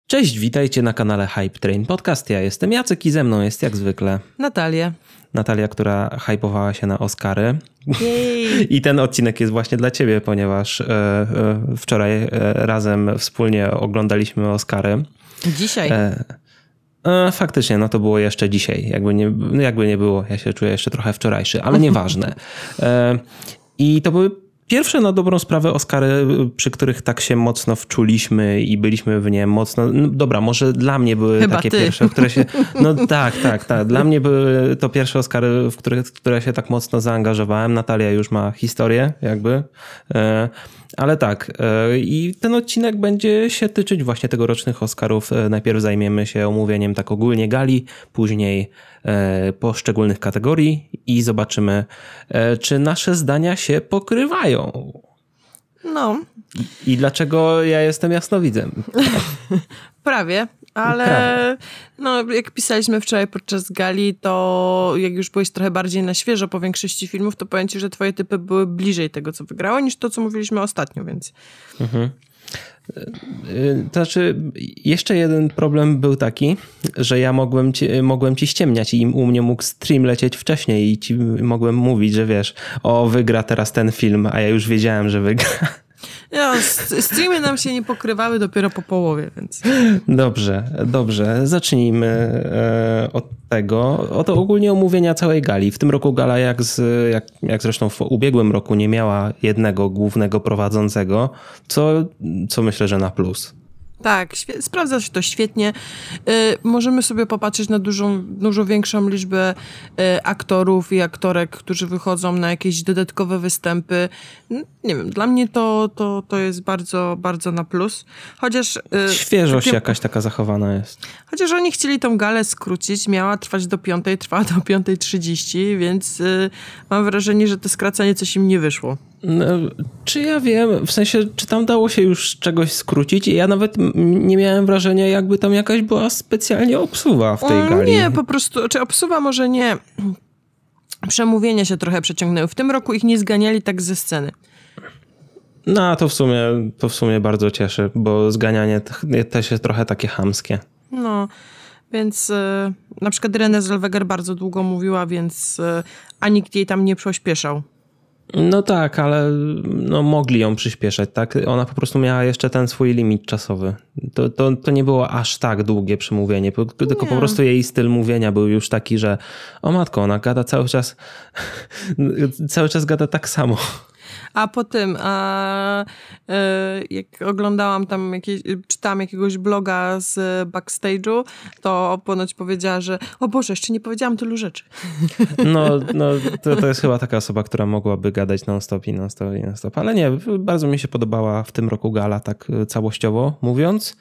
Cześć, witajcie na kanale Hype Train Podcast. Ja jestem Jacek i ze mną jest jak zwykle Natalia, która hypowała się na Oscary. Jej. I ten odcinek jest właśnie dla ciebie, ponieważ wczoraj razem wspólnie oglądaliśmy Oscary. Dzisiaj. Faktycznie, no to było jeszcze dzisiaj. Jakby nie było, ja się czuję jeszcze trochę wczorajszy, ale nieważne. I to były pierwsze na dobrą sprawę Oscary, przy których tak się mocno wczuliśmy i byliśmy w nie mocno... No dobra, może dla mnie były Chyba takie ty. pierwsze, w które się... No tak. Dla mnie były to pierwsze Oscary, w które się tak mocno zaangażowałem. Natalia już ma historię jakby. Ale tak, i ten odcinek będzie się tyczyć właśnie tegorocznych Oscarów. Najpierw zajmiemy się omówieniem tak ogólnie gali, później poszczególnych kategorii i zobaczymy, czy nasze zdania się pokrywają. No. I dlaczego ja jestem jasnowidzem. Prawie, ale no, jak pisaliśmy wczoraj podczas gali, to jak już byłeś trochę bardziej na świeżo po większości filmów, to powiem ci, że twoje typy były bliżej tego, co wygrało, niż to, co mówiliśmy ostatnio, więc... To znaczy, jeszcze jeden problem był taki, że ja mogłem ci ściemniać i u mnie mógł stream lecieć wcześniej i ci mogłem mówić, że wiesz, wygra teraz ten film, a ja już wiedziałem, że wygra. No, streamy nam się nie pokrywały dopiero po połowie, więc... Dobrze. Zacznijmy od tego, od ogólnie omówienia całej gali. W tym roku gala, jak zresztą w ubiegłym roku, nie miała jednego głównego prowadzącego, co myślę, że na plus. Tak, sprawdza się to świetnie. Możemy sobie popatrzeć na dużo większą liczbę aktorów i aktorek, którzy wychodzą na jakieś dodatkowe występy. Nie wiem, dla mnie to jest bardzo, bardzo na plus. Chociaż... Świeżość jakaś taka zachowana jest. Chociaż oni chcieli tą galę skrócić, miała trwać do 5, trwała do 5:30, więc mam wrażenie, że to skracanie coś im nie wyszło. No, czy ja wiem, w sensie, czy tam dało się już czegoś skrócić? Ja nawet nie miałem wrażenia, jakby tam jakaś była specjalnie obsuwa w tej gali. Nie, po prostu, czy obsuwa może nie. Przemówienia się trochę przeciągnęły. W tym roku ich nie zganiali tak ze sceny. No, to w sumie bardzo cieszy, bo zganianie też jest trochę takie chamskie. No, więc na przykład Renée Zellweger bardzo długo mówiła, więc a nikt jej tam nie przyspieszał. No tak, ale no mogli ją przyspieszać, tak? Ona po prostu miała jeszcze ten swój limit czasowy. To nie było aż tak długie przemówienie, tylko po prostu jej styl mówienia był już taki, że o matko, ona gada cały czas gada tak samo. A po tym, jak oglądałam tam czytałam jakiegoś bloga z backstage'u, to ponoć powiedziała, że o Boże, jeszcze nie powiedziałam tylu rzeczy. No to jest chyba taka osoba, która mogłaby gadać non-stop. Ale nie, bardzo mi się podobała w tym roku gala, tak całościowo mówiąc.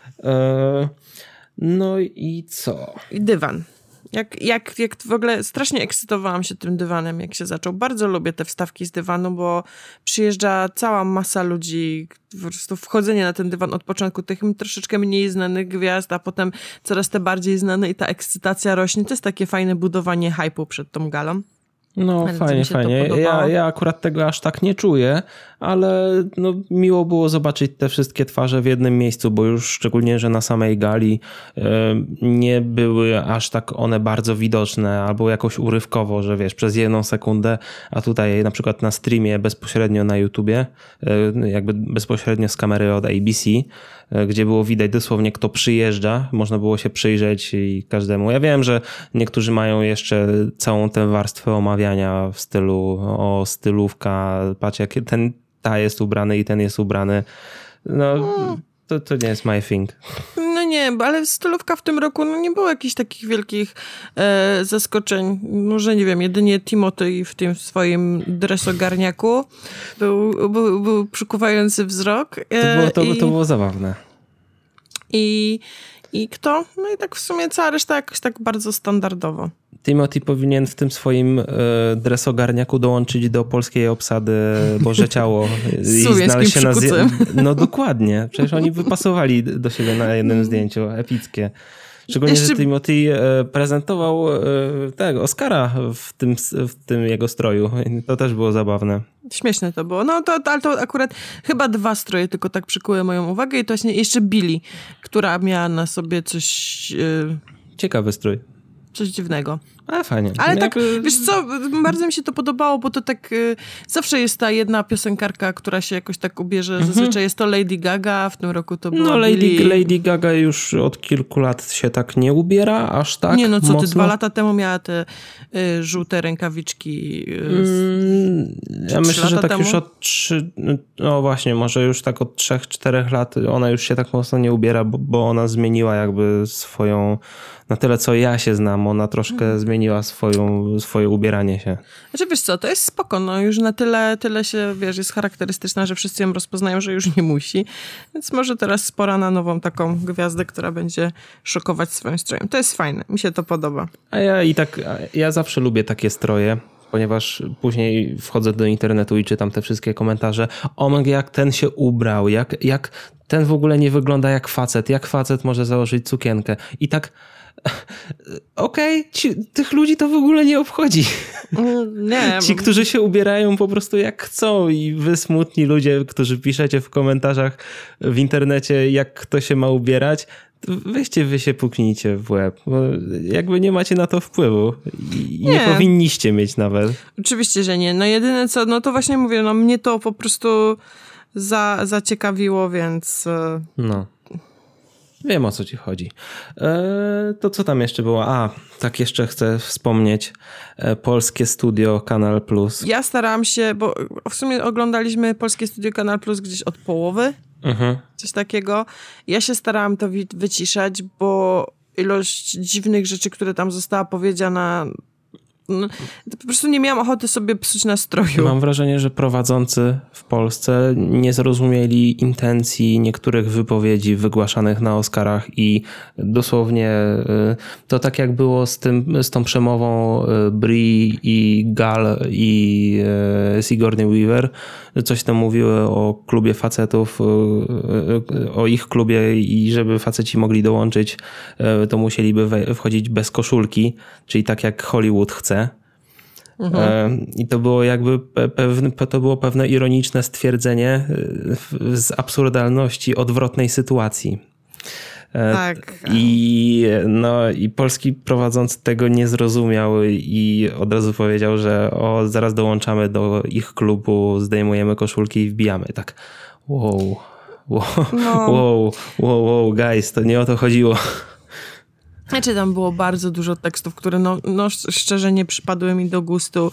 No i co? I dywan. Jak w ogóle strasznie ekscytowałam się tym dywanem, jak się zaczął. Bardzo lubię te wstawki z dywanu, bo przyjeżdża cała masa ludzi, po prostu wchodzenie na ten dywan od początku tych troszeczkę mniej znanych gwiazd, a potem coraz te bardziej znane i ta ekscytacja rośnie. To jest takie fajne budowanie hype'u przed tą galą. No fajnie. Ja akurat tego aż tak nie czuję, ale no, miło było zobaczyć te wszystkie twarze w jednym miejscu, bo już szczególnie, że na samej gali nie były aż tak one bardzo widoczne albo jakoś urywkowo, że wiesz, przez 1 sekundę, a tutaj na przykład na streamie bezpośrednio na YouTubie, jakby bezpośrednio z kamery od ABC, gdzie było widać dosłownie kto przyjeżdża, można było się przyjrzeć i każdemu. Ja wiem, że niektórzy mają jeszcze całą tę warstwę omawiania w stylu stylówka, patrz jak ta jest ubrany i ten jest ubrany. No, to nie jest my thing. No nie, ale stylówka w tym roku nie było jakichś takich wielkich zaskoczeń. Może nie wiem, jedynie Timothy w tym swoim dresogarniaku był przykuwający wzrok. To było zabawne. I kto? No i tak w sumie cała reszta jakoś tak bardzo standardowo. Timothy powinien w tym swoim dresogarniaku dołączyć do polskiej obsady Boże Ciało i znaleźć się przykucem. No dokładnie. Przecież oni wypasowali do siebie na jednym zdjęciu. Epickie. Szczególnie, że Timothy prezentował tego Oscara w tym jego stroju. To też było zabawne. Śmieszne to było. No ale to akurat chyba 2 stroje tylko tak przykuły moją uwagę i to właśnie jeszcze Billie, która miała na sobie coś... Ciekawy strój. Coś dziwnego. Ale fajnie. Ale tak, wiesz co, bardzo mi się to podobało, bo to tak zawsze jest ta jedna piosenkarka, która się jakoś tak ubierze. Zazwyczaj jest to Lady Gaga, w tym roku to była Lady Gaga już od kilku lat się tak nie ubiera, aż tak Nie, no co mocno. ty, 2 lata temu miała te żółte rękawiczki. Ja myślę, że tak temu? Już od 3, no właśnie, może już tak od 3-4 lat ona już się tak mocno nie ubiera, bo ona zmieniła jakby swoją, na tyle co ja się znam, ona troszkę zmieniła swoje ubieranie się. Znaczy wiesz co, to jest spoko, no już na tyle się, wiesz, jest charakterystyczna, że wszyscy ją rozpoznają, że już nie musi, więc może teraz spora na nową taką gwiazdę, która będzie szokować swoim strojem. To jest fajne, mi się to podoba. Ja zawsze lubię takie stroje, ponieważ później wchodzę do internetu i czytam te wszystkie komentarze. Jak ten się ubrał, jak ten w ogóle nie wygląda jak facet może założyć sukienkę. I tak okej, tych ludzi to w ogóle nie obchodzi. Nie. Ci, którzy się ubierają po prostu jak chcą i wy smutni ludzie, którzy piszecie w komentarzach w internecie, jak kto się ma ubierać, weźcie wy się puknijcie w łeb, bo jakby nie macie na to wpływu i nie powinniście mieć nawet. Oczywiście, że nie. No jedyne co, no to właśnie mówię, no mnie to po prostu zaciekawiło, więc... No. Wiem, o co ci chodzi. To co tam jeszcze było? Tak jeszcze chcę wspomnieć. Polskie Studio Kanal Plus. Ja starałam się, bo w sumie oglądaliśmy Polskie Studio Kanal Plus gdzieś od połowy. Coś takiego. Ja się starałam to wyciszać, bo ilość dziwnych rzeczy, które tam została powiedziana... No, po prostu nie miałam ochoty sobie psuć nastroju. Mam wrażenie, że prowadzący w Polsce nie zrozumieli intencji niektórych wypowiedzi wygłaszanych na Oscarach i dosłownie to tak jak było z tą przemową Brie i Gal i Sigourney Weaver. Coś tam mówiły o klubie facetów, o ich klubie i żeby faceci mogli dołączyć, to musieliby wchodzić bez koszulki, czyli tak jak Hollywood chce. I to było jakby pewne ironiczne stwierdzenie z absurdalności odwrotnej sytuacji. Tak. I polski prowadzący tego nie zrozumiał i od razu powiedział, że zaraz dołączamy do ich klubu, zdejmujemy koszulki i wbijamy. Tak, wow, guys, to nie o to chodziło. Znaczy tam było bardzo dużo tekstów, które no szczerze nie przypadły mi do gustu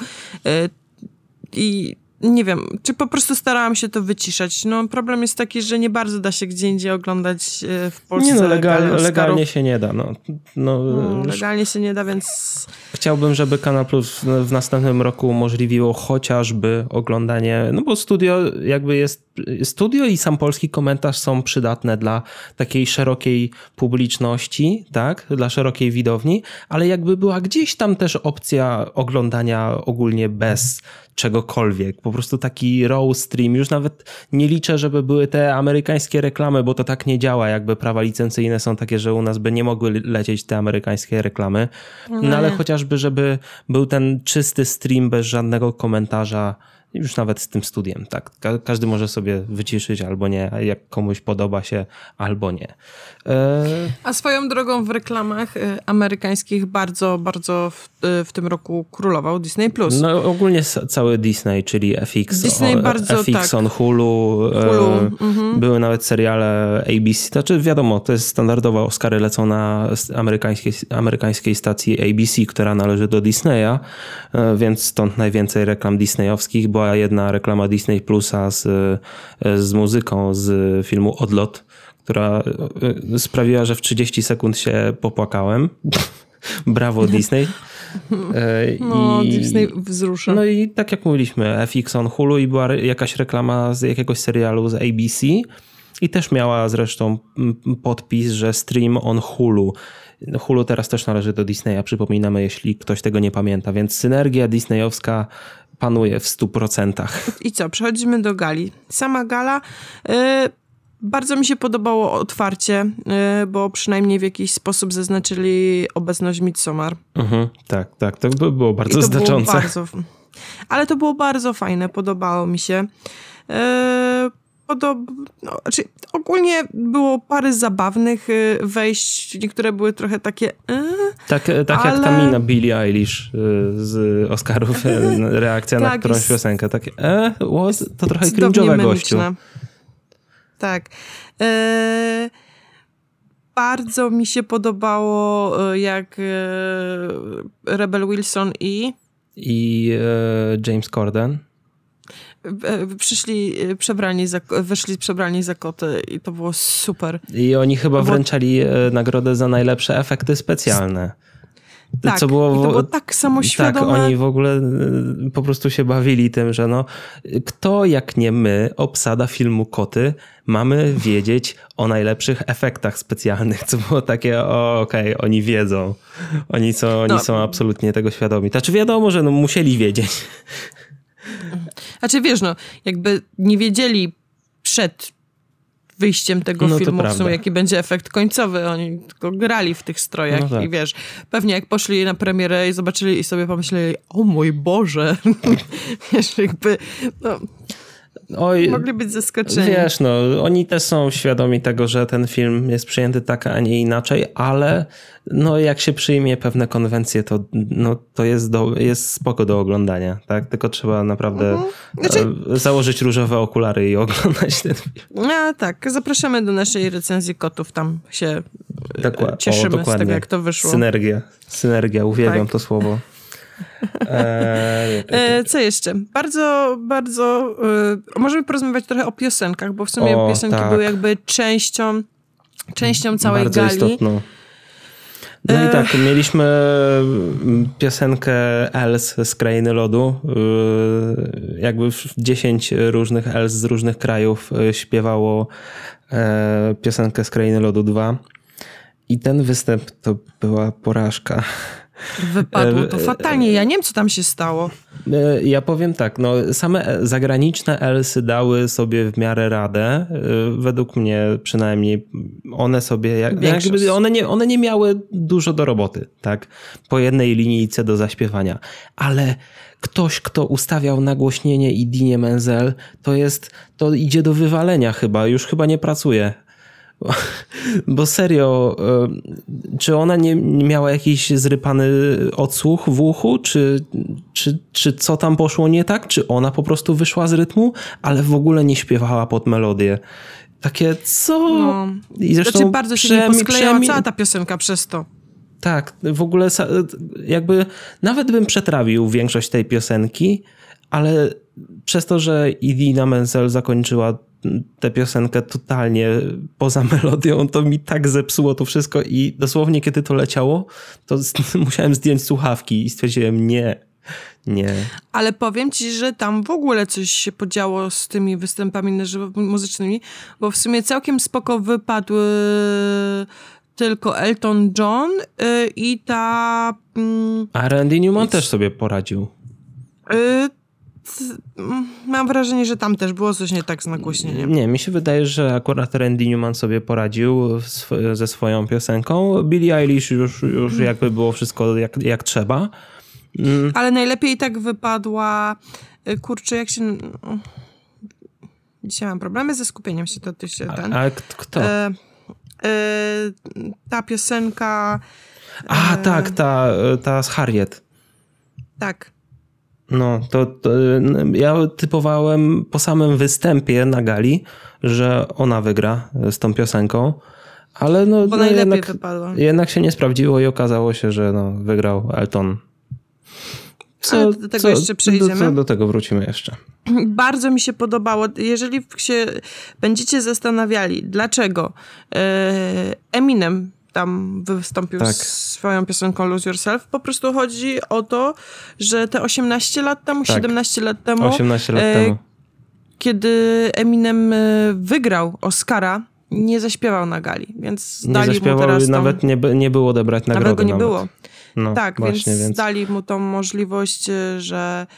i nie wiem, czy po prostu starałam się to wyciszać. No problem jest taki, że nie bardzo da się gdzie indziej oglądać w Polsce. Nie legalnie się nie da. Legalnie się nie da, więc... Chciałbym, żeby Kanal Plus w następnym roku umożliwiło chociażby oglądanie, no bo studio i sam polski komentarz są przydatne dla takiej szerokiej publiczności, tak, dla szerokiej widowni, ale jakby była gdzieś tam też opcja oglądania ogólnie bez czegokolwiek, po prostu taki raw stream, już nawet nie liczę, żeby były te amerykańskie reklamy, bo to tak nie działa, jakby prawa licencyjne są takie, że u nas by nie mogły lecieć te amerykańskie reklamy, no ale chociażby, żeby był ten czysty stream bez żadnego komentarza, już nawet z tym studiem, tak. Każdy może sobie wyciszyć albo nie, jak komuś podoba się, albo nie. A swoją drogą w reklamach amerykańskich bardzo, bardzo w tym roku królował Disney+. No ogólnie cały Disney, czyli FX, Disney FX on Hulu. Były nawet seriale ABC. Znaczy wiadomo, to jest standardowa, Oscary lecą na amerykańskiej stacji ABC, która należy do Disneya, więc stąd najwięcej reklam disneyowskich. Była jedna reklama Disney Plusa z muzyką z filmu Odlot, która sprawiła, że w 30 sekund się popłakałem. Brawo Disney. Disney wzrusza. No i tak jak mówiliśmy, FX on Hulu i była jakaś reklama z jakiegoś serialu z ABC i też miała zresztą podpis, że stream on Hulu. Hulu teraz też należy do Disneya, przypominamy, jeśli ktoś tego nie pamięta, więc synergia disneyowska panuje w 100%. I co, przechodzimy do gali. Sama gala... Bardzo mi się podobało otwarcie, bo przynajmniej w jakiś sposób zaznaczyli obecność Midsommar. Tak, to by było bardzo znaczące. Ale to było bardzo fajne, podobało mi się. Znaczy, ogólnie było parę zabawnych wejść, niektóre były trochę takie... Tak ale... jak ta mina Billie Eilish z Oscarów, reakcja na którąś piosenkę. Takie to trochę cringe'owe, gościu. Tak. Bardzo mi się podobało, jak Rebel Wilson i James Corden wyszli przebrani za koty i to było super. I oni chyba wręczali nagrodę za najlepsze efekty specjalne. Tak, to było tak samoświadome. Tak, oni w ogóle po prostu się bawili tym, że kto jak nie my, obsada filmu Koty, mamy wiedzieć o najlepszych efektach specjalnych, co było takie, okej, oni wiedzą. Oni są absolutnie tego świadomi. Znaczy wiadomo, że musieli wiedzieć. Znaczy wiesz, jakby nie wiedzieli przed wyjściem tego filmu, w sumie jaki będzie efekt końcowy. Oni tylko grali w tych strojach i wiesz, pewnie jak poszli na premierę i zobaczyli i sobie pomyśleli, o mój Boże, wiesz, jakby mogli być zaskoczeni. Wiesz, oni też są świadomi tego, że ten film jest przyjęty tak, a nie inaczej, ale jak się przyjmie pewne konwencje, to jest spoko do oglądania, tak? Tylko trzeba naprawdę założyć różowe okulary i oglądać ten film. Tak, zapraszamy do naszej recenzji kotów, tam się cieszymy z tego, jak to wyszło. Synergia, uwielbiam to słowo. Co jeszcze? Bardzo, bardzo możemy porozmawiać trochę o piosenkach, bo w sumie piosenki były jakby częścią całej bardzo gali. Istotną. I tak, mieliśmy piosenkę Els z Krainy Lodu. Jakby 10 różnych Els z różnych krajów śpiewało piosenkę z Krainy Lodu 2. I ten występ to była porażka. Wypadło to fatalnie. Ja nie wiem, co tam się stało. Ja powiem tak, same zagraniczne Elsy dały sobie w miarę radę. Według mnie przynajmniej one sobie... one nie miały dużo do roboty, tak? Po jednej linijce do zaśpiewania. Ale ktoś, kto ustawiał nagłośnienie Idinie Menzel, to idzie do wywalenia chyba. Już chyba nie pracuje. Bo serio, czy ona nie miała jakiś zrypany odsłuch w uchu, czy co tam poszło nie tak? Czy ona po prostu wyszła z rytmu, ale w ogóle nie śpiewała pod melodię? Takie, co? I zresztą bardzo się nie posklejała cała ta piosenka przez to. Tak, w ogóle jakby nawet bym przetrawił większość tej piosenki, ale przez to, że Idina Menzel zakończyła tę piosenkę totalnie poza melodią, to mi tak zepsuło to wszystko i dosłownie kiedy to leciało, to musiałem zdjąć słuchawki i stwierdziłem nie. Ale powiem ci, że tam w ogóle coś się podziało z tymi występami na żywo muzycznymi, bo w sumie całkiem spoko wypadł tylko Elton John i ta... A Randy Newman też sobie poradził. Mam wrażenie, że tam też było coś nie tak z nagłośnieniem. Nie, mi się wydaje, że akurat Randy Newman sobie poradził ze swoją piosenką. Billie Eilish już jakby było wszystko jak trzeba. Ale najlepiej tak wypadła... Kurczę, jak się... Dzisiaj mam problemy ze skupieniem się. A kto? Ta piosenka... Tak, ta z Harriet. Tak. To ja typowałem po samym występie na gali, że ona wygra z tą piosenką, ale jednak się nie sprawdziło i okazało się, że wygrał Elton. Ale do tego jeszcze przejdziemy. Do tego wrócimy jeszcze. Bardzo mi się podobało, jeżeli się będziecie zastanawiali, dlaczego Eminem tam wystąpił swoją piosenką Lose Yourself. Po prostu chodzi o to, że te 18 lat temu, 17 lat temu, 18 lat temu, kiedy Eminem wygrał Oscara, nie zaśpiewał na gali, więc dali mu teraz nawet nie było odebrać nagrody. Nawet go nie było. Tak, właśnie, więc dali mu tą możliwość, że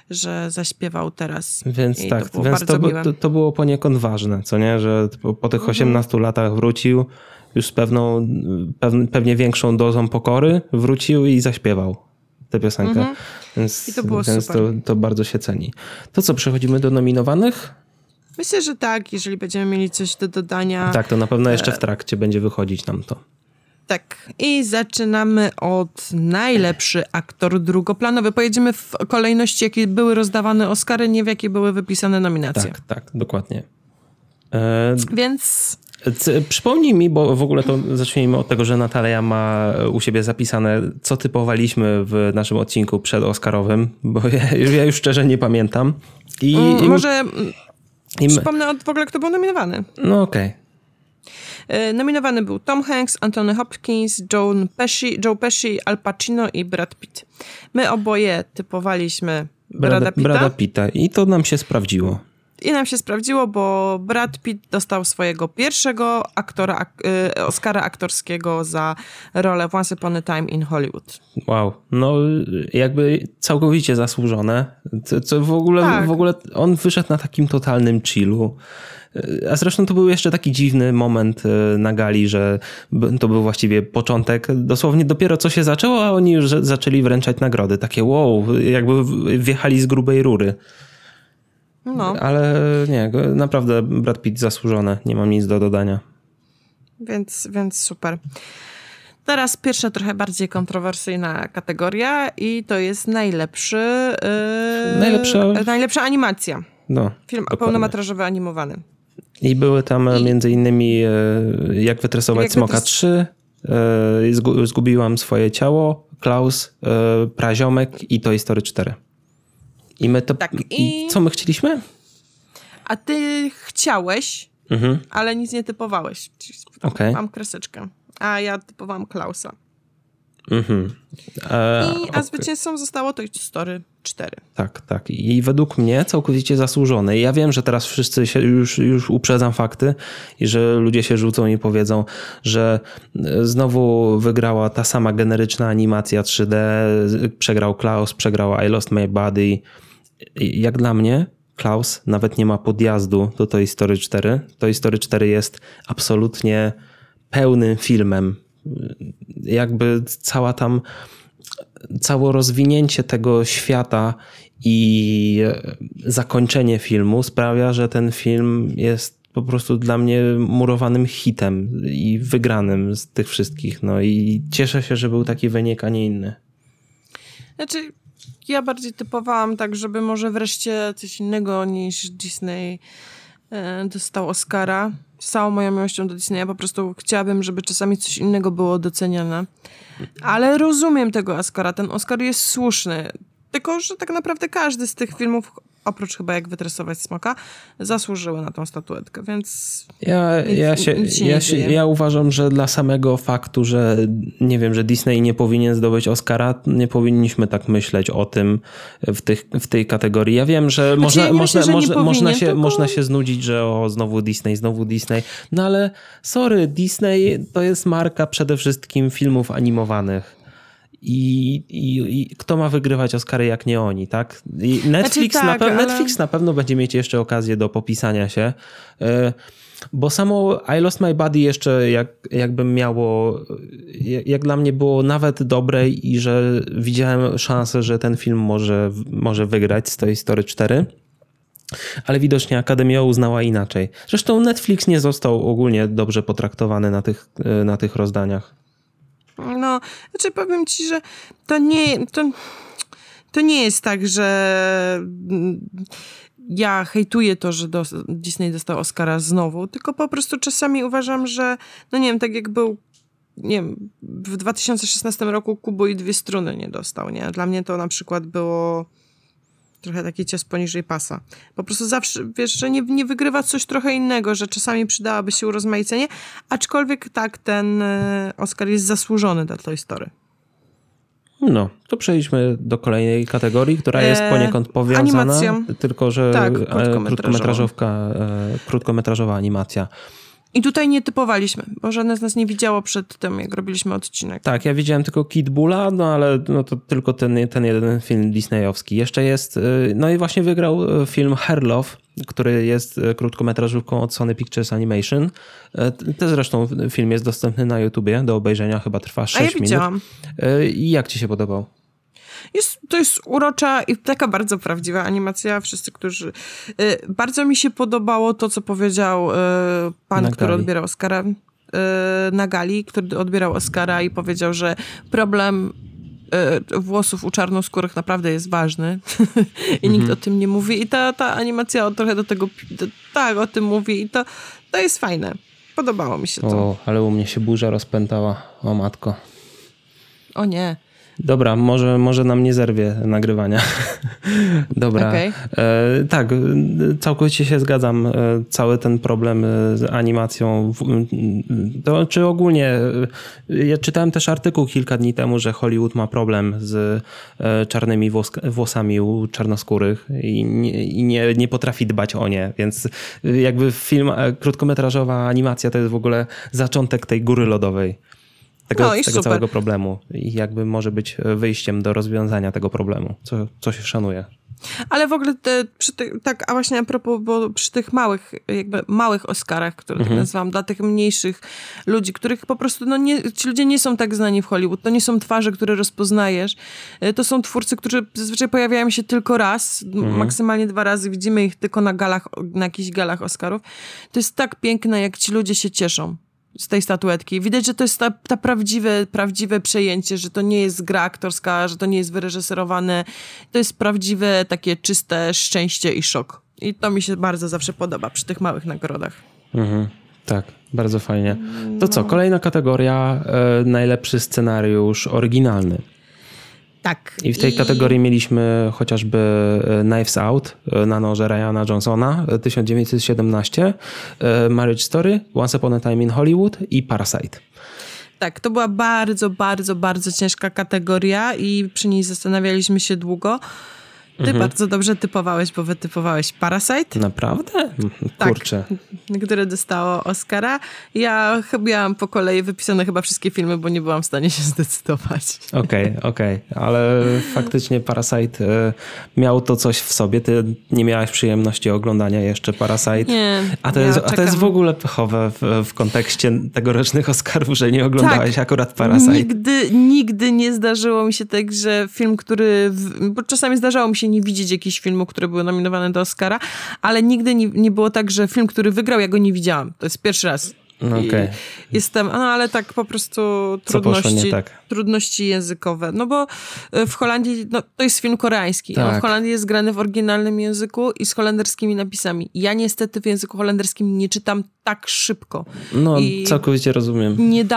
że zaśpiewał teraz. Więc tak, to było poniekąd ważne, co nie, że po tych 18 latach wrócił już z pewnie większą dozą pokory, wrócił i zaśpiewał tę piosenkę. Więc, I to było super. To bardzo się ceni. To co, przechodzimy do nominowanych? Myślę, że tak, jeżeli będziemy mieli coś do dodania. Tak, to na pewno jeszcze w trakcie będzie wychodzić nam to. Tak. I zaczynamy od najlepszy aktor drugoplanowy. Pojedziemy w kolejności, jakie były rozdawane Oscary, nie w jakiej były wypisane nominacje. Tak, dokładnie. Więc... Przypomnij mi, bo w ogóle to zacznijmy od tego, że Natalia ma u siebie zapisane, co typowaliśmy w naszym odcinku przedoscarowym, bo ja już szczerze nie pamiętam. Może przypomnę w ogóle, kto był nominowany. No okej. Nominowany był Tom Hanks, Anthony Hopkins, Joe Pesci, Al Pacino i Brad Pitt. My oboje typowaliśmy Brada Pitta i to nam się sprawdziło. I nam się sprawdziło, bo Brad Pitt dostał swojego pierwszego Oscara aktorskiego za rolę w Once Upon a Time in Hollywood. Wow, no jakby całkowicie zasłużone. Co w ogóle on wyszedł na takim totalnym chillu. A zresztą to był jeszcze taki dziwny moment na gali, że to był właściwie początek. Dosłownie dopiero co się zaczęło, a oni już zaczęli wręczać nagrody. Takie wow, jakby wjechali z grubej rury. No. Ale nie, naprawdę Brad Pitt zasłużone. Nie mam nic do dodania. Więc super. Teraz pierwsza, trochę bardziej kontrowersyjna kategoria i to jest najlepsza animacja. No, film pełnometrażowy animowany. I były tam między innymi Jak wytresować smoka 3, Zgubiłam swoje ciało, Klaus, Praziomek i Toy Story 4. I my to... Tak, I co my chcieliśmy? A ty chciałeś, ale nic nie typowałeś. Okay. Mam kreseczkę. A ja typowałam Klausa. A zwycięzcą zostało Toy Story 4. Tak. I według mnie całkowicie zasłużone. Ja wiem, że teraz wszyscy się już uprzedzam fakty i że ludzie się rzucą i powiedzą, że znowu wygrała ta sama generyczna animacja 3D, przegrał Klaus, przegrała I Lost My Body. Jak dla mnie Klaus nawet nie ma podjazdu do Toy Story 4. Toy Story 4 jest absolutnie pełnym filmem. Jakby całe rozwinięcie tego świata i zakończenie filmu sprawia, że ten film jest po prostu dla mnie murowanym hitem i wygranym z tych wszystkich. No i cieszę się, że był taki wynik, a nie inny. Znaczy, ja bardziej typowałam tak, żeby może wreszcie coś innego niż Disney dostał Oscara. Z całą moją miłością do Disneya po prostu chciałabym, żeby czasami coś innego było doceniane. Ale rozumiem tego Oscara. Ten Oscar jest słuszny. Tylko, że tak naprawdę każdy z tych filmów, oprócz chyba Jak wytresować smoka, zasłużyły na tą statuetkę, więc ja uważam, że dla samego faktu, że nie wiem, że Disney nie powinien zdobyć Oscara, nie powinniśmy tak myśleć o tym w tej kategorii. Ja wiem, że można się znudzić, że znowu Disney, no ale sorry, Disney to jest marka przede wszystkim filmów animowanych. I kto ma wygrywać Oscary jak nie oni, tak? I Netflix na pewno będzie mieć jeszcze okazję do popisania się, bo samo I Lost My Body jeszcze jakby miało, jak dla mnie było nawet dobre i że widziałem szansę, że ten film może wygrać z Toy Story 4. Ale widocznie Akademia uznała inaczej. Zresztą Netflix nie został ogólnie dobrze potraktowany na tych rozdaniach. No, znaczy powiem ci, że to nie jest tak, że ja hejtuję to, że Disney dostał Oscara znowu, tylko po prostu czasami uważam, że no nie wiem, tak jak był, nie wiem, w 2016 roku Kubo i dwie struny nie dostał, nie? Dla mnie to na przykład było trochę taki cios poniżej pasa. Po prostu zawsze, wiesz, że nie wygrywa coś trochę innego, że czasami przydałaby się urozmaicenie, aczkolwiek tak, ten Oscar jest zasłużony dla Toy Story. No, to przejdźmy do kolejnej kategorii, która jest poniekąd powiązana, animacją. tylko że tak, krótkometrażowa animacja. I tutaj nie typowaliśmy, bo żadne z nas nie widziało przed tym, jak robiliśmy odcinek. Tak, ja widziałem tylko Kid Bulla, no ale no to tylko ten jeden film disneyowski. Jeszcze jest, no i właśnie wygrał film Hair Love, który jest krótkometrażówką od Sony Pictures Animation. To zresztą film jest dostępny na YouTubie do obejrzenia, chyba trwa 6 minut. Widziałam. I jak ci się podobał? To jest urocza i taka bardzo prawdziwa animacja. Wszyscy, którzy... Bardzo mi się podobało to, co powiedział pan, który odbierał Oscara na gali, który odbierał Oscara i powiedział, że problem włosów u czarnoskórych naprawdę jest ważny i nikt o tym nie mówi. I ta animacja trochę do tego o tym mówi i to jest fajne. Podobało mi się to. O, ale u mnie się burza rozpętała. O matko. O nie. Dobra, może nam nie zerwie nagrywania. Dobra. Okay. Tak, całkowicie się zgadzam. Cały ten problem z animacją, to czy ogólnie, ja czytałem też artykuł kilka dni temu, że Hollywood ma problem z czarnymi włosami u czarnoskórych i nie potrafi dbać o nie, więc jakby film, krótkometrażowa animacja to jest w ogóle zaczątek tej góry lodowej. Tego całego problemu i jakby może być wyjściem do rozwiązania tego problemu, co się szanuje. Ale w ogóle a właśnie a propos, bo przy tych małych Oscarach, które tak nazywam, dla tych mniejszych ludzi, których po prostu, ci ludzie nie są tak znani w Hollywood, to nie są twarze, które rozpoznajesz, to są twórcy, którzy zazwyczaj pojawiają się tylko raz, maksymalnie 2 razy, widzimy ich tylko na jakichś galach Oscarów. To jest tak piękne, jak ci ludzie się cieszą z tej statuetki. Widać, że to jest ta prawdziwe przejęcie, że to nie jest gra aktorska, że to nie jest wyreżyserowane. To jest prawdziwe, takie czyste szczęście i szok. I to mi się bardzo zawsze podoba przy tych małych nagrodach. Tak, bardzo fajnie. To co, kolejna kategoria, najlepszy scenariusz oryginalny. Tak. I w tej kategorii mieliśmy chociażby Knives Out na noże Ryana Johnsona 1917, Marriage Story, Once Upon a Time in Hollywood i Parasite. Tak, to była bardzo, bardzo, bardzo ciężka kategoria i przy niej zastanawialiśmy się długo. Ty bardzo dobrze typowałeś, bo wytypowałeś Parasite. Naprawdę? Kurczę. Tak, które dostało Oscara. Ja miałam po kolei wypisane chyba wszystkie filmy, bo nie byłam w stanie się zdecydować. Okej. Ale faktycznie Parasite miał to coś w sobie. Ty nie miałaś przyjemności oglądania jeszcze Parasite. Nie. A to jest w ogóle pechowe w kontekście tegorocznych Oscarów, że nie oglądałaś akurat Parasite. Nigdy nie zdarzyło mi się tak, że film, bo czasami zdarzało mi się nie widzieć jakichś filmów, które były nominowane do Oscara, ale nigdy nie było tak, że film, który wygrał, ja go nie widziałam. To jest pierwszy raz. Jestem, ale tak po prostu trudności językowe. No bo w Holandii, to jest film koreański. Tak. W Holandii jest grany w oryginalnym języku i z holenderskimi napisami. Ja niestety w języku holenderskim nie czytam tak szybko. Całkowicie rozumiem.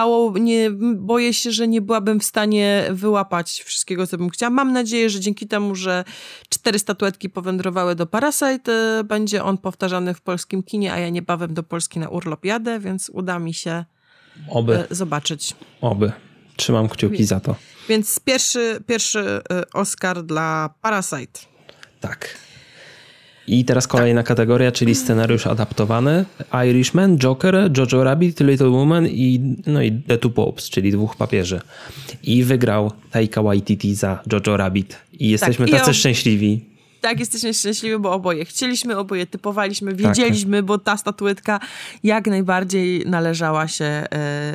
Boję się, że nie byłabym w stanie wyłapać wszystkiego, co bym chciała. Mam nadzieję, że dzięki temu, że 4 statuetki powędrowały do Parasite, będzie on powtarzany w polskim kinie, a ja niebawem do Polski na urlop jadę, więc uda mi się zobaczyć. Oby. Trzymam kciuki za to. Więc pierwszy Oscar dla Parasite. Tak. I teraz kolejna kategoria, czyli scenariusz adaptowany. Irishman, Joker, Jojo Rabbit, Little Woman i The Two Popes, czyli 2 papieży. I wygrał Taika Waititi za Jojo Rabbit. I jesteśmy tacy szczęśliwi. Tak, jesteśmy szczęśliwi, bo oboje chcieliśmy, oboje typowaliśmy, wiedzieliśmy, bo ta statuetka jak najbardziej należała się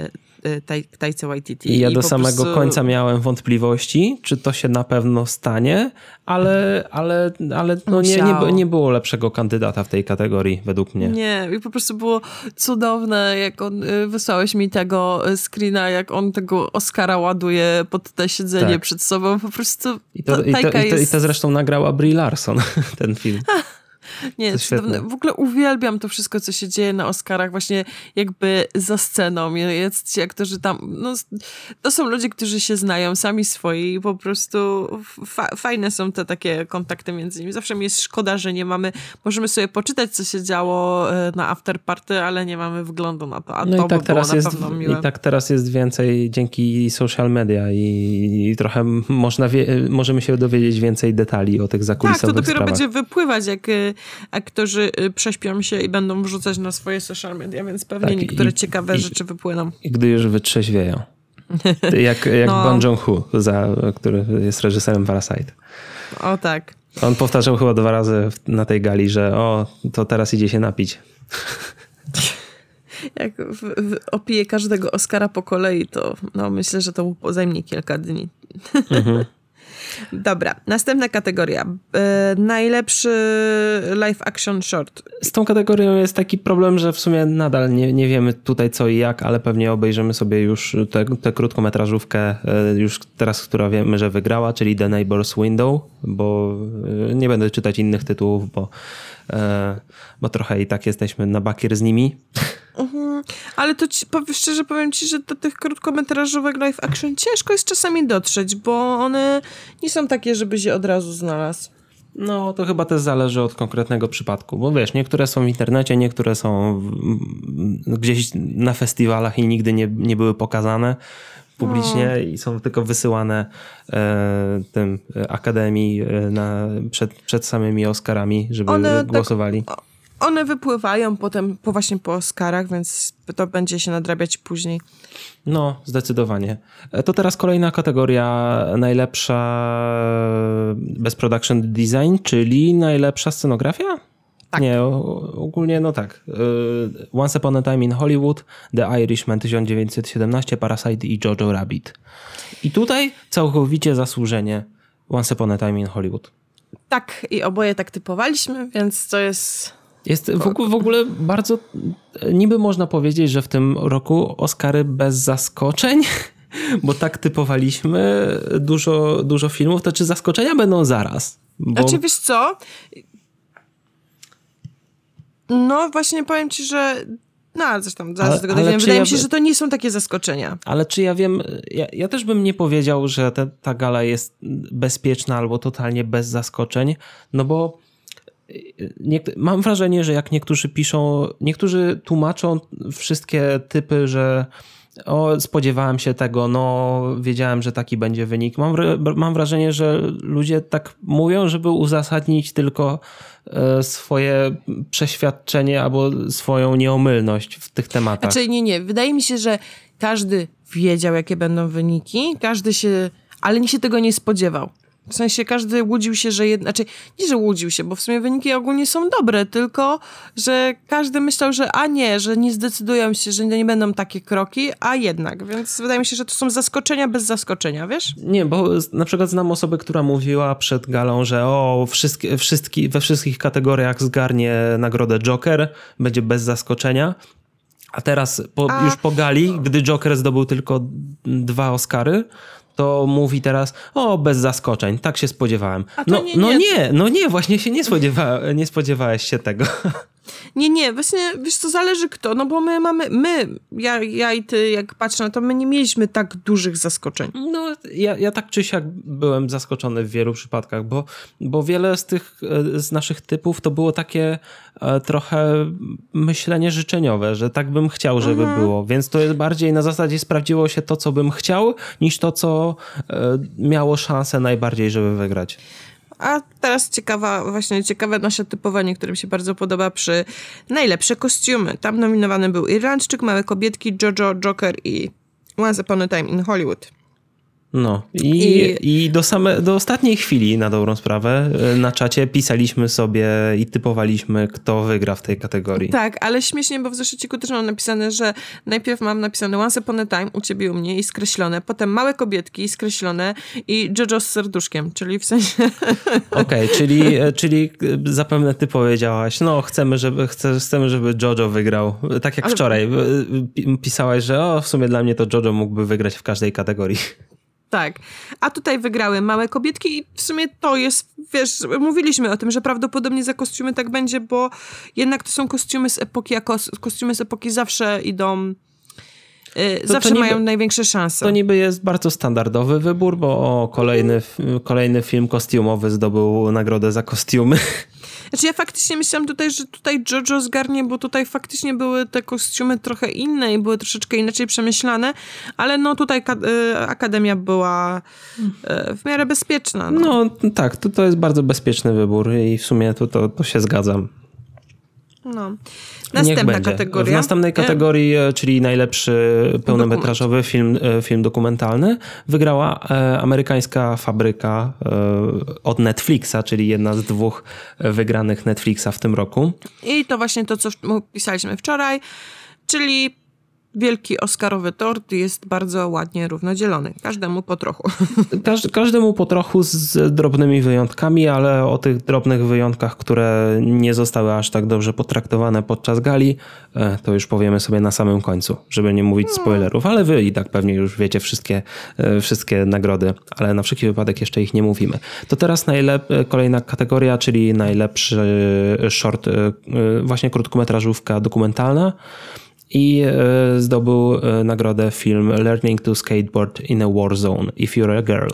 Taice Waititi. I ja do samego końca miałem wątpliwości, czy to się na pewno stanie, ale nie było lepszego kandydata w tej kategorii według mnie. Nie, i po prostu było cudowne, jak wysłałeś mi tego screena, jak on tego Oscara ładuje pod te siedzenie przed sobą. Po prostu I to zresztą nagrała Brie Larson, ten film. Nie, cudowne. W ogóle uwielbiam to wszystko, co się dzieje na Oscarach, właśnie jakby za sceną. Jest ci aktorzy tam, to są ludzie, którzy się znają, sami swoi i po prostu fajne są te takie kontakty między nimi. Zawsze mi jest szkoda, że nie możemy sobie poczytać, co się działo na afterparty, ale nie mamy wglądu na to, a to by było na pewno miłe. I tak teraz jest więcej dzięki social media i trochę możemy się dowiedzieć więcej detali o tych zakulisowych sprawach. Tak, to dopiero sprawach. będzie wypływać, jak aktorzy prześpią się i będą wrzucać na swoje social media, więc pewnie tak, niektóre ciekawe rzeczy wypłyną. I gdy już wytrzeźwieją. Jak Bong Joon-ho, który jest reżyserem Parasite. O tak. On powtarzał chyba 2 razy na tej gali, że to teraz idzie się napić. Jak opije każdego Oscara po kolei, to myślę, że to mu zajmie kilka dni. Mhm. Dobra, następna kategoria. Najlepszy live action short. Z tą kategorią jest taki problem, że w sumie nadal nie wiemy tutaj co i jak, ale pewnie obejrzymy sobie już tę krótkometrażówkę już teraz, która wiemy, że wygrała, czyli The Neighbor's Window, bo nie będę czytać innych tytułów, bo trochę i tak jesteśmy na bakier z nimi. Ale to szczerze powiem ci, że do tych krótkometrażówek live action ciężko jest czasami dotrzeć, bo one nie są takie, żeby się od razu znalazł. No, to chyba też zależy od konkretnego przypadku, bo wiesz, niektóre są w internecie, niektóre są gdzieś na festiwalach i nigdy nie były pokazane publicznie i są tylko wysyłane tym akademii przed samymi Oscarami, żeby głosowali. One wypływają potem właśnie po Oscarach, więc to będzie się nadrabiać później. No, zdecydowanie. To teraz kolejna kategoria, najlepsza Best Production Design, czyli najlepsza scenografia? Tak. Nie, ogólnie no tak. Once Upon a Time in Hollywood, The Irishman 1917, Parasite i Jojo Rabbit. I tutaj całkowicie zasłużenie Once Upon a Time in Hollywood. Tak, i oboje tak typowaliśmy, więc to jest... Jest w ogóle bardzo, niby można powiedzieć, że w tym roku Oscary bez zaskoczeń, bo tak typowaliśmy dużo filmów, to czy zaskoczenia będą zaraz? Znaczy wiesz co? No właśnie powiem ci, że zresztą zaraz do tego dojdziemy. Wydaje mi się, że to nie są takie zaskoczenia. Ale czy ja wiem, ja też bym nie powiedział, że ta gala jest bezpieczna albo totalnie bez zaskoczeń, no bo mam wrażenie, że jak niektórzy tłumaczą wszystkie typy, że spodziewałem się tego, wiedziałem, że taki będzie wynik. Mam wrażenie, że ludzie tak mówią, żeby uzasadnić tylko swoje przeświadczenie albo swoją nieomylność w tych tematach. Znaczy nie. Wydaje mi się, że każdy wiedział, jakie będą wyniki. Ale nie się tego nie spodziewał. W sensie każdy łudził się, że nie, że łudził się, bo w sumie wyniki ogólnie są dobre, tylko że każdy myślał, że że nie zdecydują się, że nie będą takie kroki, a jednak. Więc wydaje mi się, że to są zaskoczenia bez zaskoczenia, wiesz? Nie, bo na przykład znam osobę, która mówiła przed galą, że we wszystkich kategoriach zgarnie nagrodę Joker, będzie bez zaskoczenia. A teraz już po gali, gdy Joker zdobył tylko 2 Oscary, to mówi teraz, bez zaskoczeń, tak się spodziewałem. Nie, właśnie się nie spodziewałeś się tego. Nie, właśnie, wiesz co, zależy kto, no bo ja i ty, jak patrzę na to, my nie mieliśmy tak dużych zaskoczeń. No, ja tak czy siak byłem zaskoczony w wielu przypadkach, bo wiele z naszych typów to było takie trochę myślenie życzeniowe, że tak bym chciał, żeby było, więc to jest bardziej na zasadzie sprawdziło się to, co bym chciał, niż to, co miało szansę najbardziej, żeby wygrać. A teraz ciekawe nasze typowanie, które mi się bardzo podoba przy najlepsze kostiumy. Tam nominowany był Irlandczyk, Małe kobietki, Jojo, Joker i Once Upon a Time in Hollywood. No i do ostatniej chwili, na dobrą sprawę, na czacie pisaliśmy sobie i typowaliśmy, kto wygra w tej kategorii. Tak, ale śmiesznie, bo w zeszyciku też mam napisane, że najpierw mam napisane Once Upon a Time u ciebie, u mnie i skreślone, potem Małe kobietki skreślone i Jojo z serduszkiem, czyli w sensie... Okej, czyli zapewne ty powiedziałaś, chcemy, żeby Jojo wygrał. Tak jak wczoraj pisałaś, że w sumie dla mnie to Jojo mógłby wygrać w każdej kategorii. Tak, a tutaj wygrały Małe kobietki i w sumie to jest, wiesz, mówiliśmy o tym, że prawdopodobnie za kostiumy tak będzie, bo jednak to są kostiumy z epoki, a kostiumy z epoki zawsze idą zawsze mają największe szanse. To niby jest bardzo standardowy wybór, bo kolejny film kostiumowy zdobył nagrodę za kostiumy. Znaczy ja faktycznie myślałam tutaj, że tutaj JoJo zgarnie, bo tutaj faktycznie były te kostiumy trochę inne i były troszeczkę inaczej przemyślane, ale no tutaj Akademia była w miarę bezpieczna. No tak, to jest bardzo bezpieczny wybór i w sumie to się zgadzam. No. Następna kategoria. W następnej kategorii, czyli najlepszy pełnometrażowy film dokumentalny, wygrała Amerykańska Fabryka od Netflixa, czyli jedna z 2 wygranych Netflixa w tym roku. I to właśnie to, co pisaliśmy wczoraj, czyli wielki oscarowy tort jest bardzo ładnie równodzielony. Każdemu po trochu. Każdemu po trochu z drobnymi wyjątkami, ale o tych drobnych wyjątkach, które nie zostały aż tak dobrze potraktowane podczas gali, to już powiemy sobie na samym końcu, żeby nie mówić spoilerów, ale wy i tak pewnie już wiecie wszystkie nagrody, ale na wszelki wypadek jeszcze ich nie mówimy. To teraz kolejna kategoria, czyli najlepszy short, właśnie krótkometrażówka dokumentalna. I zdobył nagrodę film Learning to Skateboard in a War Zone, If You're a Girl.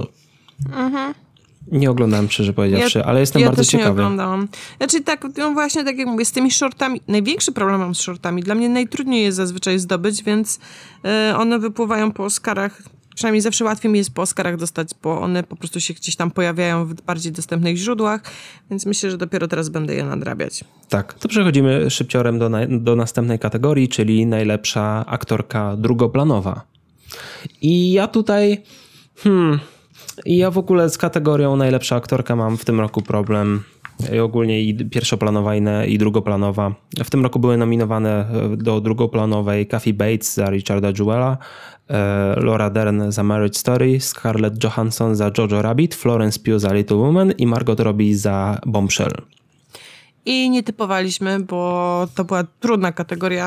Nie oglądałem, szczerze powiedziawszy, ale jestem bardzo ciekawy. Ja też nie oglądałam. Znaczy tak, no właśnie tak jak mówię, z tymi shortami, największy problem mam z shortami. Dla mnie najtrudniej jest zazwyczaj zdobyć, więc one wypływają po Oscarach. Przynajmniej zawsze łatwiej mi jest po Oscarach dostać, bo one po prostu się gdzieś tam pojawiają w bardziej dostępnych źródłach, więc myślę, że dopiero teraz będę je nadrabiać. Tak, to przechodzimy szybciorem do następnej kategorii, czyli najlepsza aktorka drugoplanowa. I ja tutaj... ja w ogóle z kategorią najlepsza aktorka mam w tym roku problem. I ogólnie i pierwszoplanowa i drugoplanowa. W tym roku były nominowane do drugoplanowej Kathy Bates za Richarda Jewella, Laura Dern za Marriage Story, Scarlett Johansson za Jojo Rabbit, Florence Pugh za Little Woman i Margot Robbie za Bombshell. I nie typowaliśmy, bo to była trudna kategoria,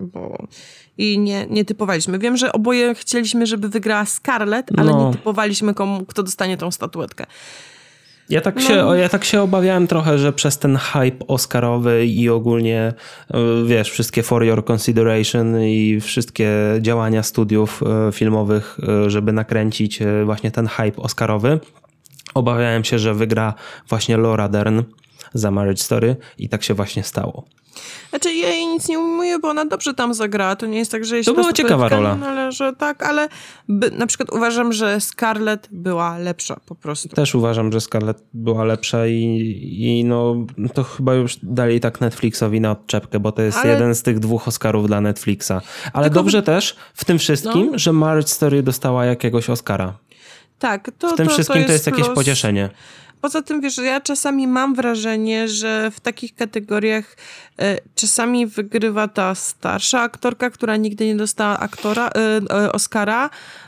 i nie typowaliśmy. Wiem, że oboje chcieliśmy, żeby wygrała Scarlett, ale nie typowaliśmy, kto dostanie tą statuetkę. Ja tak się obawiałem trochę, że przez ten hype oscarowy i ogólnie, wiesz, wszystkie For Your Consideration i wszystkie działania studiów filmowych, żeby nakręcić właśnie ten hype oscarowy, obawiałem się, że wygra właśnie Laura Dern za Marriage Story i tak się właśnie stało. Znaczy ja jej nic nie ujmuję, bo ona dobrze tam zagrała. To nie jest tak, że jeśli to była ciekawa rola. Należy, tak, ale na przykład uważam, że Scarlett była lepsza po prostu. Też uważam, że Scarlett była lepsza i no to chyba już dali tak Netflixowi na odczepkę, bo to jest jeden z tych 2 Oscarów dla Netflixa. Ale dobrze też w tym wszystkim, że Marriage Story dostała jakiegoś Oscara. Tak. W tym wszystkim to jest jakieś pocieszenie. Poza tym, wiesz, ja czasami mam wrażenie, że w takich kategoriach czasami wygrywa ta starsza aktorka, która nigdy nie dostała Oscara.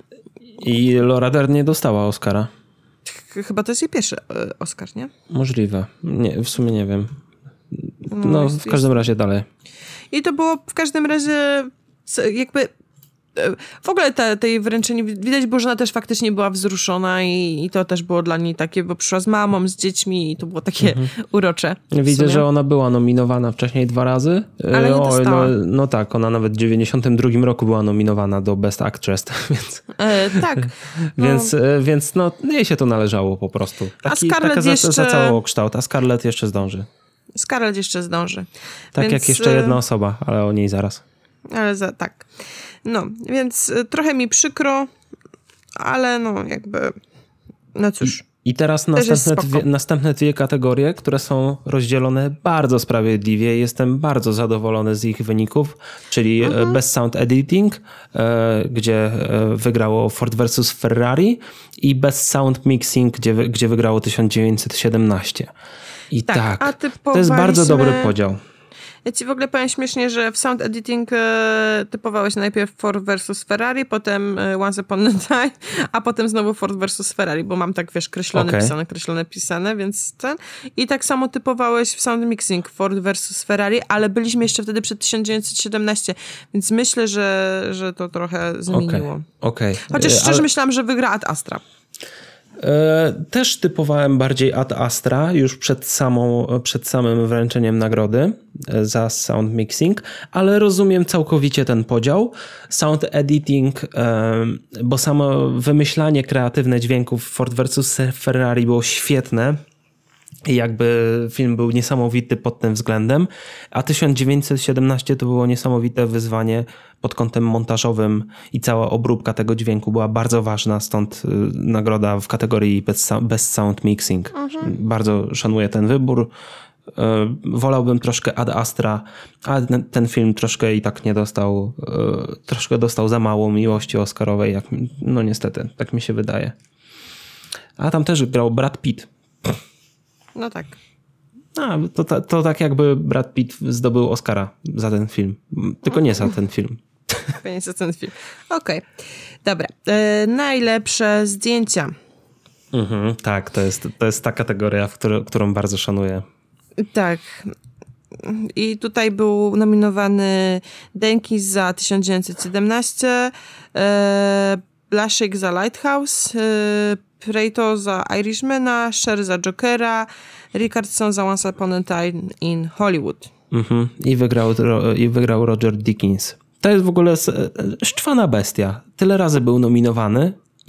I Laura Dern nie dostała Oscara. Chyba to jest jej pierwszy Oscar, nie? Możliwe. Nie, w sumie nie wiem. No w każdym razie dalej. I to było w każdym razie jakby... W ogóle tej wręczenie widać było, że ona też faktycznie była wzruszona i to też było dla niej takie, bo przyszła z mamą, z dziećmi i to było takie urocze. Widzę, że ona była nominowana wcześniej 2 razy. Ale nie dostała. No tak, ona nawet w 92 roku była nominowana do Best Actress, więc... tak. Więc jej się to należało po prostu. A Scarlett za całokształt, a Scarlett jeszcze zdąży. Tak więc... jak jeszcze jedna osoba, ale o niej zaraz. Tak. No, więc trochę mi przykro, ale no jakby, no cóż. I teraz następne 2 kategorie, które są rozdzielone bardzo sprawiedliwie. Jestem bardzo zadowolony z ich wyników, czyli Best Sound Editing, gdzie wygrało Ford vs. Ferrari i Best Sound Mixing, gdzie wygrało 1917. I tak to jest bardzo dobry podział. Ja ci w ogóle powiem śmiesznie, że w sound editing typowałeś najpierw Ford vs. Ferrari, potem Once Upon a Time, a potem znowu Ford vs. Ferrari, bo mam tak, wiesz, kreślone, pisane, więc ten. I tak samo typowałeś w sound mixing Ford vs. Ferrari, ale byliśmy jeszcze wtedy przed 1917, więc myślę, że to trochę zmieniło. Okay. Chociaż szczerze myślałam, że wygra Ad Astra. Też typowałem bardziej Ad Astra już przed samym wręczeniem nagrody za sound mixing, ale rozumiem całkowicie ten podział. Sound editing, bo samo wymyślanie kreatywne dźwięków Ford vs. Ferrari było świetne. Jakby film był niesamowity pod tym względem, a 1917 to było niesamowite wyzwanie pod kątem montażowym i cała obróbka tego dźwięku była bardzo ważna, stąd nagroda w kategorii Best Sound Mixing. Bardzo szanuję ten wybór. Wolałbym troszkę Ad Astra, ale ten film troszkę i tak nie dostał, troszkę dostał za mało miłości oscarowej, no niestety, tak mi się wydaje. A tam też grał Brad Pitt. No tak. To tak jakby Brad Pitt zdobył Oscara za ten film. Tylko nie za ten film. Nie za ten film. Okej. Dobra. Najlepsze zdjęcia. Tak, to jest ta kategoria, którą bardzo szanuję. Tak. I tutaj był nominowany Denkis za 1917, Blaszczyk za Lighthouse, Prieto za Irishmana, Cher za Jokera, Richardson za Once Upon a Time in Hollywood. I wygrał Roger Deakins. To jest w ogóle szczwana bestia. Tyle razy był nominowany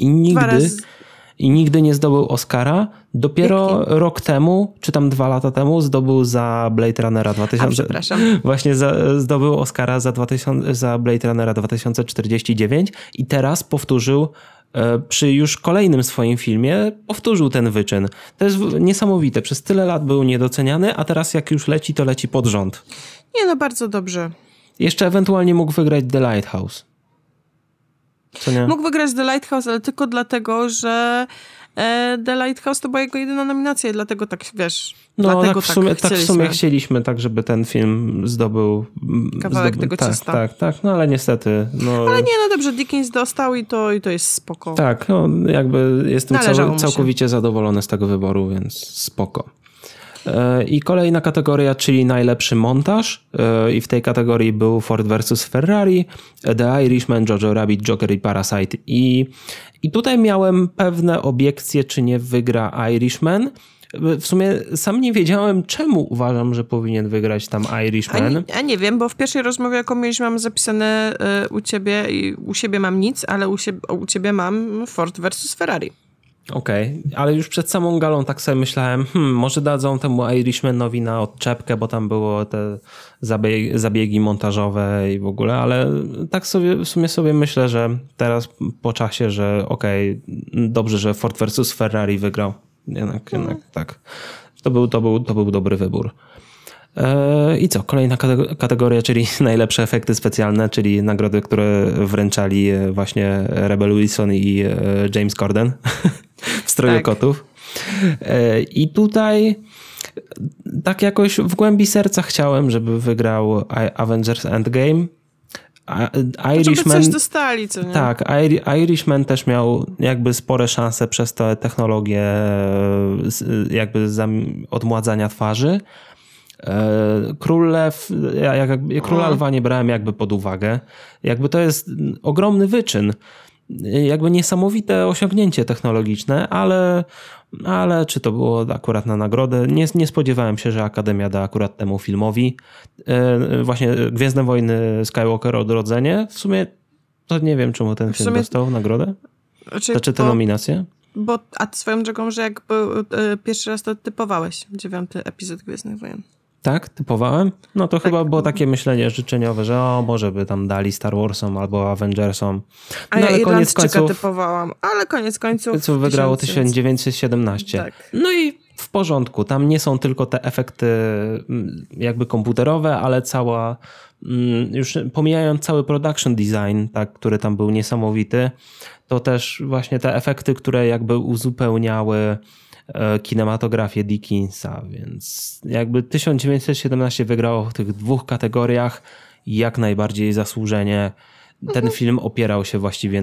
i nigdy nie zdobył Oscara. Dopiero rok temu, czy tam 2 lata temu zdobył za Blade Runnera 2000. Przepraszam. Właśnie zdobył Oscara za Blade Runnera 2049 i teraz powtórzył przy już kolejnym swoim filmie powtórzył ten wyczyn. To jest niesamowite. Przez tyle lat był niedoceniany, a teraz jak już leci, to leci pod rząd. Nie, no bardzo dobrze. Jeszcze ewentualnie mógł wygrać The Lighthouse. Co nie? Mógł wygrać The Lighthouse, ale tylko dlatego, że The Lighthouse to była jego jedyna nominacja i dlatego tak, wiesz... No tak w sumie chcieliśmy tak, żeby ten film zdobył... Kawałek tego ciasta. Tak, no ale niestety... No... Ale nie, no dobrze, Dickens dostał i to jest spoko. Tak, no jakby jestem całkowicie zadowolony z tego wyboru, więc spoko. I kolejna kategoria, czyli najlepszy montaż. I w tej kategorii był Ford vs. Ferrari, The Irishman, Jojo Rabbit, Joker i Parasite. I tutaj miałem pewne obiekcje, czy nie wygra Irishman. W sumie sam nie wiedziałem, czemu uważam, że powinien wygrać tam Irishman. Ja nie wiem, bo w pierwszej rozmowie, jaką mieliśmy, mam zapisane u ciebie i u siebie mam nic, ale u ciebie mam Ford vs. Ferrari. Okej, ale już przed samą galą tak sobie myślałem, może dadzą temu Irishmanowi na odczepkę, bo tam było te zabiegi montażowe i w ogóle, ale tak sobie w sumie sobie myślę, że teraz po czasie, że dobrze, że Ford vs. Ferrari wygrał. Jednak tak. To był dobry wybór. I co? Kolejna kategoria, czyli najlepsze efekty specjalne, czyli nagrody, które wręczali właśnie Rebel Wilson i James Corden w stroju kotów. I tutaj tak jakoś w głębi serca chciałem, żeby wygrał Avengers Endgame. Irishman, coś dostali, co nie? Tak, Irishman też miał jakby spore szanse przez tę technologię jakby odmładzania twarzy. Król Lwa nie brałem jakby pod uwagę. Jakby to jest ogromny wyczyn. Jakby niesamowite osiągnięcie technologiczne, ale czy to było akurat na nagrodę? Nie spodziewałem się, że Akademia da akurat temu filmowi. Właśnie Gwiezdne Wojny Skywalker Odrodzenie. W sumie to nie wiem, czemu ten film dostał nagrodę. Znaczy te nominacje. A swoją drogą, że jakby pierwszy raz to typowałeś 9. epizod Gwiezdnych Wojen. Tak? Typowałem? No to chyba było takie myślenie życzeniowe, że może by tam dali Star Warsom albo Avengersom. A ja Irlandczyka typowałam, ale koniec końców wygrało 1917. Tak. No i w porządku. Tam nie są tylko te efekty jakby komputerowe, ale już pomijając cały production design, tak, który tam był niesamowity, to też właśnie te efekty, które jakby uzupełniały kinematografię Dickinsa, więc jakby 1917 wygrało w tych 2 kategoriach jak najbardziej zasłużenie. Ten film opierał się właściwie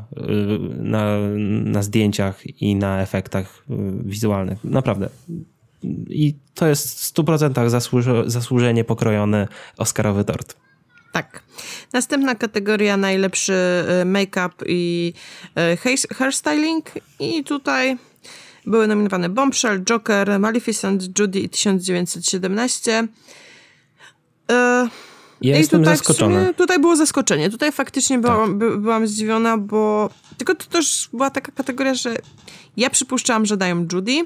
na zdjęciach i na efektach wizualnych. Naprawdę. I to jest w 100% zasłużenie pokrojony Oscarowy tort. Tak. Następna kategoria najlepszy make-up i hairstyling i tutaj były nominowane Bombshell, Joker, Maleficent, Judy i 1917. Ja jestem zaskoczony. Tutaj było zaskoczenie. Tutaj faktycznie byłam zdziwiona, bo tylko to też była taka kategoria, że ja przypuszczałam, że dają Judy.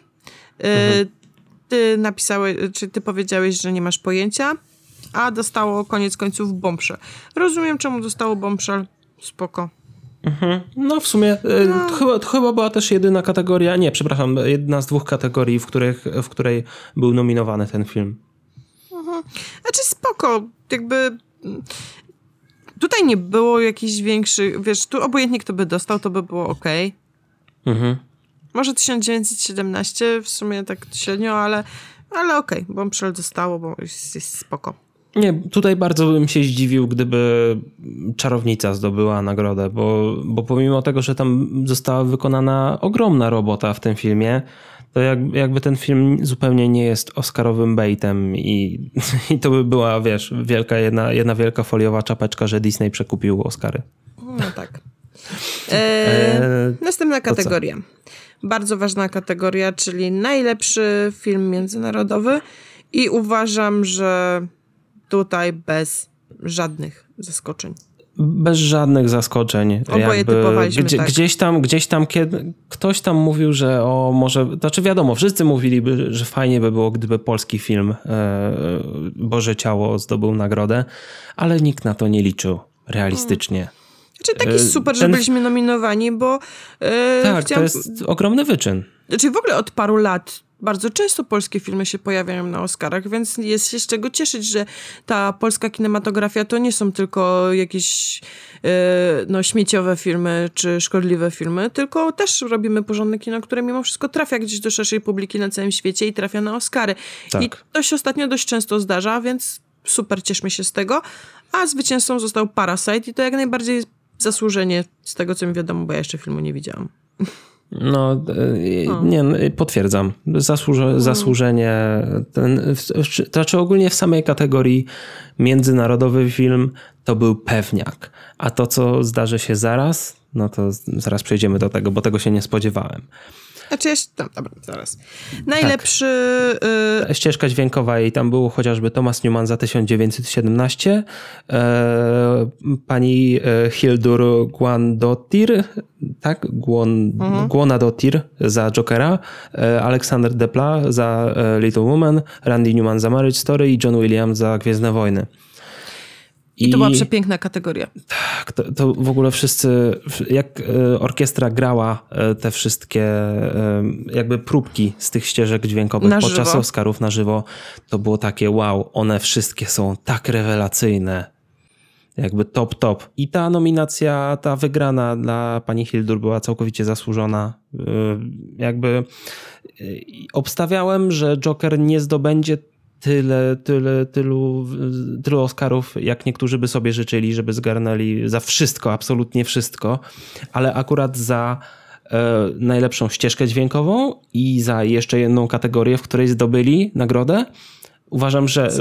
Ty napisałeś, czy ty powiedziałeś, że nie masz pojęcia, a dostało koniec końców Bombshell. Rozumiem, czemu dostało Bombshell. Spoko. No w sumie to chyba była też jedyna kategoria, jedna z 2 kategorii, w której był nominowany ten film. Znaczy spoko, jakby tutaj nie było jakichś większych, wiesz, tu obojętnie kto by dostał, to by było okej. Może 1917 w sumie tak średnio, ale okej, Bombshell dostało, bo jest spoko. Nie, tutaj bardzo bym się zdziwił, gdyby Czarownica zdobyła nagrodę, bo pomimo tego, że tam została wykonana ogromna robota w tym filmie, to jakby ten film zupełnie nie jest oscarowym baitem i to by była, wiesz, jedna wielka foliowa czapeczka, że Disney przekupił Oscary. No tak. Następna kategoria. Bardzo ważna kategoria, czyli najlepszy film międzynarodowy i uważam, że tutaj bez żadnych zaskoczeń. Bez żadnych zaskoczeń. Oboje typowaliśmy tak. Gdzieś tam ktoś tam mówił, że może... Znaczy wiadomo, wszyscy mówiliby, że fajnie by było, gdyby polski film Boże Ciało zdobył nagrodę, ale nikt na to nie liczył realistycznie. Znaczy taki super, że byliśmy nominowani, bo... to jest ogromny wyczyn. Znaczy w ogóle od paru lat bardzo często polskie filmy się pojawiają na Oscarach, więc jest się z czego cieszyć, że ta polska kinematografia to nie są tylko jakieś śmieciowe filmy czy szkodliwe filmy, tylko też robimy porządne kino, które mimo wszystko trafia gdzieś do szerszej publiki na całym świecie i trafia na Oscary. Tak. I to się ostatnio dość często zdarza, więc super, cieszmy się z tego. A zwycięzcą został Parasite i to jak najbardziej zasłużenie z tego, co mi wiadomo, bo ja jeszcze filmu nie widziałam. Potwierdzam. Zasłużenie. To znaczy ogólnie w samej kategorii międzynarodowy film to był pewniak. A to, co zdarzy się zaraz, no to zaraz przejdziemy do tego, bo tego się nie spodziewałem. Dobra, zaraz. Najlepszy... Ścieżka dźwiękowa i tam był chociażby Thomas Newman za 1917, pani Hildur Guðnadóttir, tak? Guðnadóttir za Jokera, Alexander Desplat za Little Woman, Randy Newman za Marriage Story i John Williams za Gwiezdne Wojny. I to była przepiękna kategoria. Tak, to w ogóle wszyscy, jak orkiestra grała te wszystkie jakby próbki z tych ścieżek dźwiękowych podczas Oscarów na żywo, to było takie wow, one wszystkie są tak rewelacyjne. Jakby top. I ta nominacja, ta wygrana dla pani Hildur była całkowicie zasłużona. Jakby obstawiałem, że Joker nie zdobędzie tylu Oscarów, jak niektórzy by sobie życzyli, żeby zgarnęli za wszystko, absolutnie wszystko, ale akurat za najlepszą ścieżkę dźwiękową i za jeszcze jedną kategorię, w której zdobyli nagrodę, uważam, że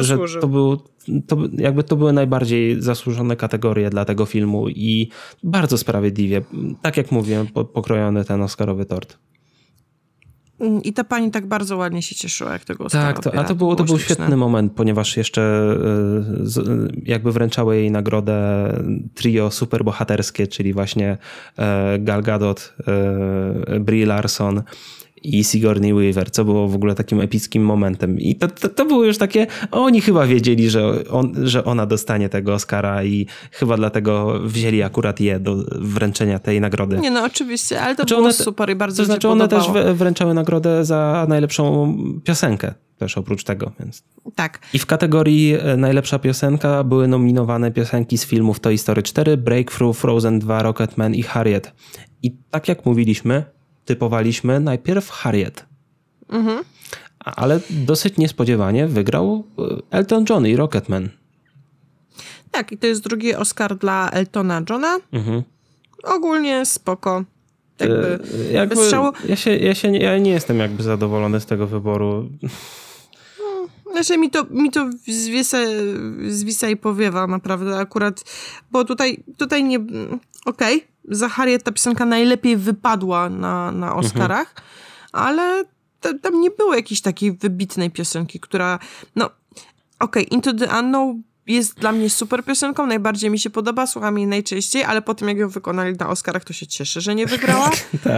to były najbardziej zasłużone kategorie dla tego filmu i bardzo sprawiedliwie, tak jak mówiłem, pokrojony ten oscarowy tort. I ta pani tak bardzo ładnie się cieszyła, jak tego Oscara odbiera. To był świetny moment, ponieważ jeszcze jakby wręczały jej nagrodę trio superbohaterskie, czyli właśnie Gal Gadot, Brie Larson i Sigourney Weaver, co było w ogóle takim epickim momentem. I to było już takie, oni chyba wiedzieli, że ona dostanie tego Oscara i chyba dlatego wzięli akurat je do wręczenia tej nagrody. Nie no, oczywiście, ale to było super i bardzo mi się one podobało. też wręczały nagrodę za najlepszą piosenkę też oprócz tego. Więc. Tak. I w kategorii najlepsza piosenka były nominowane piosenki z filmów Toy Story 4, Breakthrough, Frozen 2, Rocketman i Harriet. I tak jak mówiliśmy, typowaliśmy najpierw Harriet. Ale dosyć niespodziewanie wygrał Elton John i Rocketman. Tak, i to jest drugi Oscar dla Eltona Johna. Ogólnie spoko. Jakby bez szału. Ja nie jestem jakby zadowolony z tego wyboru. Znaczy mi to zwisa i powiewa naprawdę akurat, bo tutaj nie... Okej, za Harriet ta piosenka najlepiej wypadła na Oscarach, ale tam nie było jakiejś takiej wybitnej piosenki, która... Into the Unknown jest dla mnie super piosenką, najbardziej mi się podoba, słucham jej najczęściej, ale po tym jak ją wykonali na Oscarach, to się cieszę, że nie wygrała.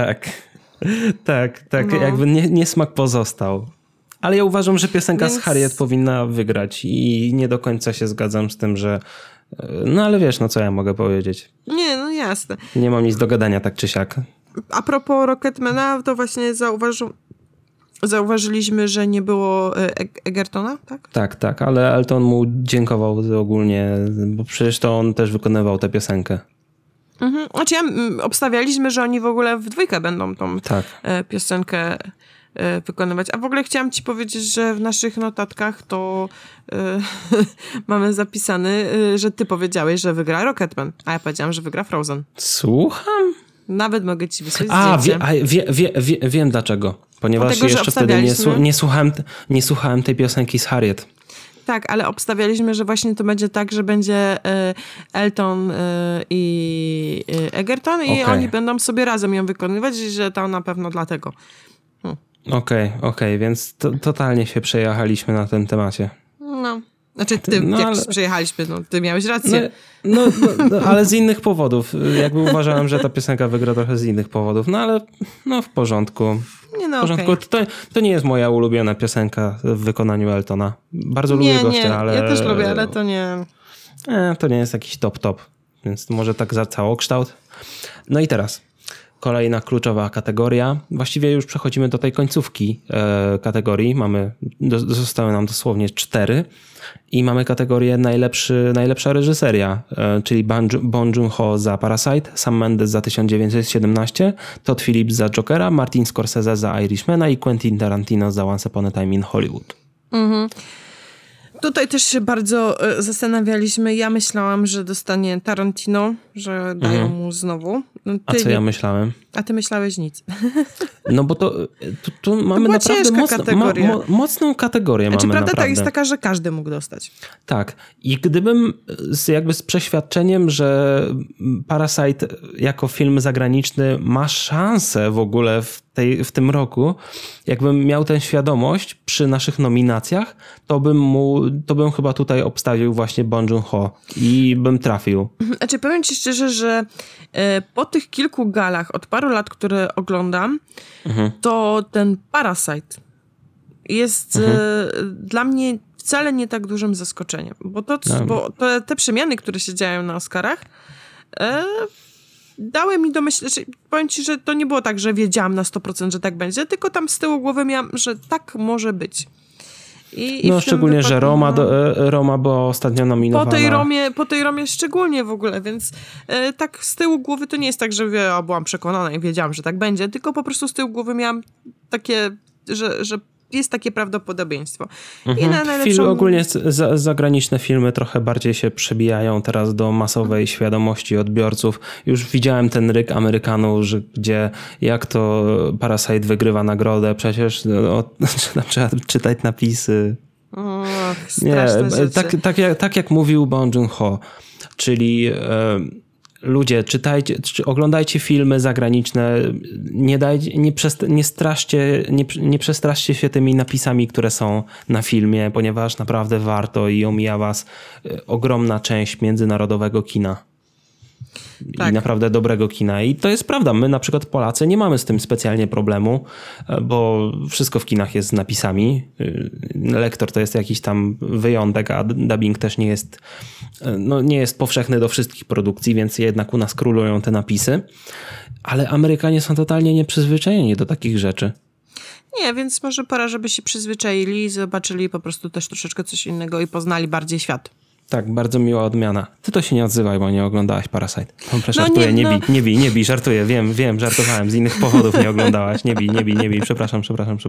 Tak, jakby niesmak pozostał. Ale ja uważam, że piosenka z Harriet powinna wygrać i nie do końca się zgadzam z tym, że... No ale wiesz, co ja mogę powiedzieć. Nie, no jasne. Nie mam nic do gadania tak czy siak. A propos Rocketmana, to właśnie zauważyliśmy, że nie było Egertona, tak? Tak, ale Elton mu dziękował ogólnie, bo przecież to on też wykonywał tę piosenkę. Znaczy obstawialiśmy, że oni w ogóle w dwójkę będą tą piosenkę wykonywać. A w ogóle chciałam ci powiedzieć, że w naszych notatkach to mamy zapisane, że ty powiedziałeś, że wygra Rocketman, a ja powiedziałam, że wygra Frozen. Słucham? Nawet mogę ci wysłać zdjęcie. Wiem dlaczego. Ponieważ jeszcze wtedy nie słuchałem tej piosenki z Harriet. Tak, ale obstawialiśmy, że właśnie to będzie tak, że będzie Elton i Egerton i oni będą sobie razem ją wykonywać i że to na pewno dlatego. Okej, więc totalnie się przejechaliśmy na tym temacie. No. Znaczy przejechaliśmy, ty miałeś rację. Ale z innych powodów. Jakby uważałem, że ta piosenka wygra trochę z innych powodów. No ale w porządku. W porządku. To nie jest moja ulubiona piosenka w wykonaniu Eltona. Bardzo lubię gościa, ale... Ja też lubię, ale to nie... To nie jest jakiś top. Więc może tak za całokształt. No i teraz kolejna kluczowa kategoria. Właściwie już przechodzimy do tej końcówki kategorii. Zostały nam dosłownie 4. I mamy kategorię najlepsza reżyseria, czyli Bong Joon-ho za Parasite, Sam Mendes za 1917, Todd Phillips za Jokera, Martin Scorsese za Irishmana i Quentin Tarantino za Once Upon a Time in Hollywood. Tutaj też się bardzo zastanawialiśmy. Ja myślałam, że dostanie Tarantino, że dają mu znowu. A co ja myślałem? A ty myślałeś nic. No bo to mamy naprawdę mocną kategorię. Znaczy, prawda jest taka, że każdy mógł dostać. Tak. I gdybym z przeświadczeniem, że Parasite jako film zagraniczny ma szansę w ogóle w tym roku, jakbym miał tę świadomość przy naszych nominacjach, to bym chyba tutaj obstawił właśnie Bong Joon-ho i bym trafił. Znaczy, powiem ci szczerze, że po tych kilku galach od paru lat, które oglądam, to ten Parasite jest dla mnie wcale nie tak dużym zaskoczeniem. Bo te przemiany, które się dzieją na Oscarach, dały mi do myślenia, powiem ci, że to nie było tak, że wiedziałam na 100%, że tak będzie, tylko tam z tyłu głowy miałam, że tak może być. Szczególnie, że Roma była ostatnio nominowana. Po tej Romie szczególnie w ogóle, więc tak z tyłu głowy to nie jest tak, że byłam przekonana i wiedziałam, że tak będzie, tylko po prostu z tyłu głowy miałam takie, że jest takie prawdopodobieństwo. I na najlepszą... Ogólnie zagraniczne filmy trochę bardziej się przebijają teraz do masowej świadomości odbiorców. Już widziałem ten ryk Amerykanów, gdzie jak to Parasite wygrywa nagrodę, przecież trzeba czytać napisy. Tak jak mówił Bong Joon-ho, czyli ludzie, czytajcie, oglądajcie filmy zagraniczne, nie przestraszcie się tymi napisami, które są na filmie, ponieważ naprawdę warto i omija was ogromna część międzynarodowego kina. Tak. I naprawdę dobrego kina. I to jest prawda. My na przykład Polacy nie mamy z tym specjalnie problemu, bo wszystko w kinach jest z napisami. Lektor to jest jakiś tam wyjątek, a dubbing też nie jest powszechny do wszystkich produkcji, więc jednak u nas królują te napisy. Ale Amerykanie są totalnie nieprzyzwyczajeni do takich rzeczy. Nie, więc może pora, żeby się przyzwyczaili i zobaczyli po prostu też troszeczkę coś innego i poznali bardziej świat. Tak, bardzo miła odmiana. Ty to się nie odzywaj, bo nie oglądałaś Parasite. Żartuję, nie bij, żartuję, wiem, żartowałem, z innych powodów nie oglądałaś. Nie bij, przepraszam.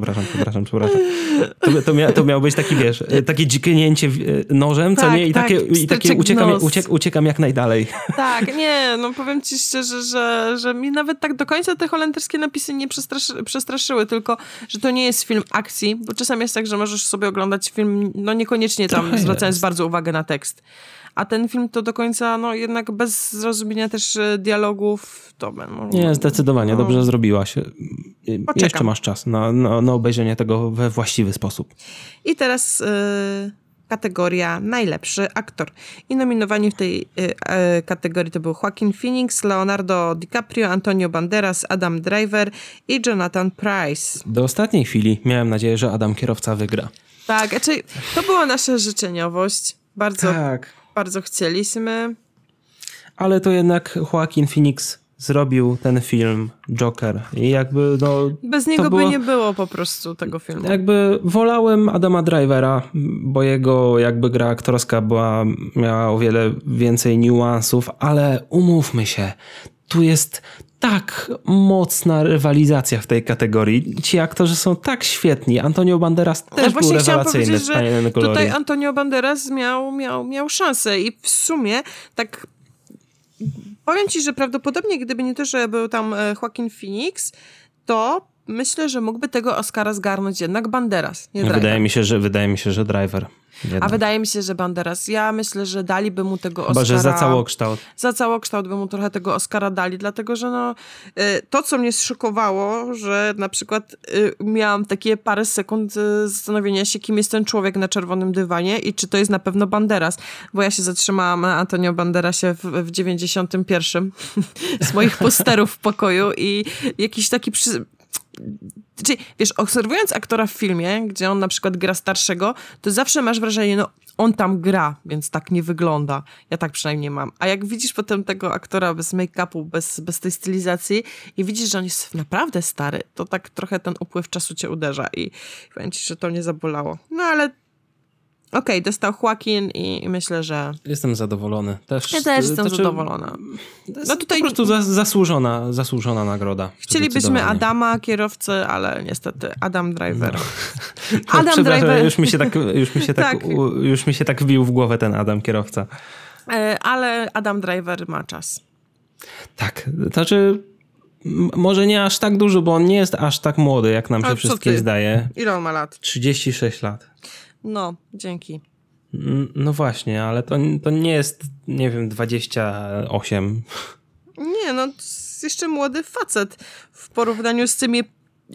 To miało być taki, wiesz, takie dziknięcie nożem, co nie? I takie uciekam jak najdalej. Tak, nie, no powiem ci szczerze, że mi nawet tak do końca te holenderskie napisy nie przestraszyły, tylko, że to nie jest film akcji, bo czasami jest tak, że możesz sobie oglądać film, no niekoniecznie tam zwracając bardzo uwagę na tekst. A ten film to do końca, no jednak bez zrozumienia też dialogów, to nie, zdecydowanie, dobrze zrobiłaś. Jeszcze masz czas na obejrzenie tego we właściwy sposób. I teraz kategoria najlepszy aktor. I nominowani w tej kategorii to był Joaquin Phoenix, Leonardo DiCaprio, Antonio Banderas, Adam Driver i Jonathan Pryce. Do ostatniej chwili miałem nadzieję, że Adam Kierowca wygra. Tak, znaczy to była nasza życzeniowość. Bardzo chcieliśmy. Ale to jednak Joaquin Phoenix zrobił ten film Joker i jakby bez niego by nie było po prostu tego filmu. Jakby wolałem Adama Drivera, bo jego jakby gra aktorska miała o wiele więcej niuansów, ale umówmy się, tu jest tak mocna rywalizacja w tej kategorii. Ci aktorzy są tak świetni. Antonio Banderas też był rewelacyjny w Panie Kolory. Tutaj Antonio Banderas miał szansę i w sumie tak powiem ci, że prawdopodobnie gdyby nie to, że był tam Joaquin Phoenix, to myślę, że mógłby tego Oscara zgarnąć jednak Banderas, nie Driver. Wydaje mi się, że Driver. Jednak. A wydaje mi się, że Banderas. Ja myślę, że daliby mu tego Oscara. Chyba, że za całokształt. Za całokształt by mu trochę tego Oscara dali, dlatego, że to, co mnie zszokowało, że na przykład miałam takie parę sekund zastanowienia się, kim jest ten człowiek na czerwonym dywanie i czy to jest na pewno Banderas, bo ja się zatrzymałam na Antonio Banderasie w 91 z moich posterów w pokoju i jakiś taki Czyli, wiesz, obserwując aktora w filmie, gdzie on na przykład gra starszego, to zawsze masz wrażenie, on tam gra, więc tak nie wygląda. Ja tak przynajmniej mam. A jak widzisz potem tego aktora bez make-upu, bez tej stylizacji i widzisz, że on jest naprawdę stary, to tak trochę ten upływ czasu cię uderza i powiem ci, że to mnie zabolało. No ale okej, dostał Joaquin i myślę, że... Jestem zadowolony. Ja też jestem zadowolona. No tutaj po prostu zasłużona nagroda. Chcielibyśmy Adama, kierowcę, ale niestety Adam Driver. No. Adam Driver. Już mi się tak wbił w głowę ten Adam kierowca. Ale Adam Driver ma czas. Tak, to znaczy... Może nie aż tak dużo, bo on nie jest aż tak młody, jak nam się wszystkie zdaje. Ile on ma lat? 36 lat. No, dzięki. No właśnie, ale to nie jest, nie wiem, 28. Nie, to jest jeszcze młody facet w porównaniu z tymi...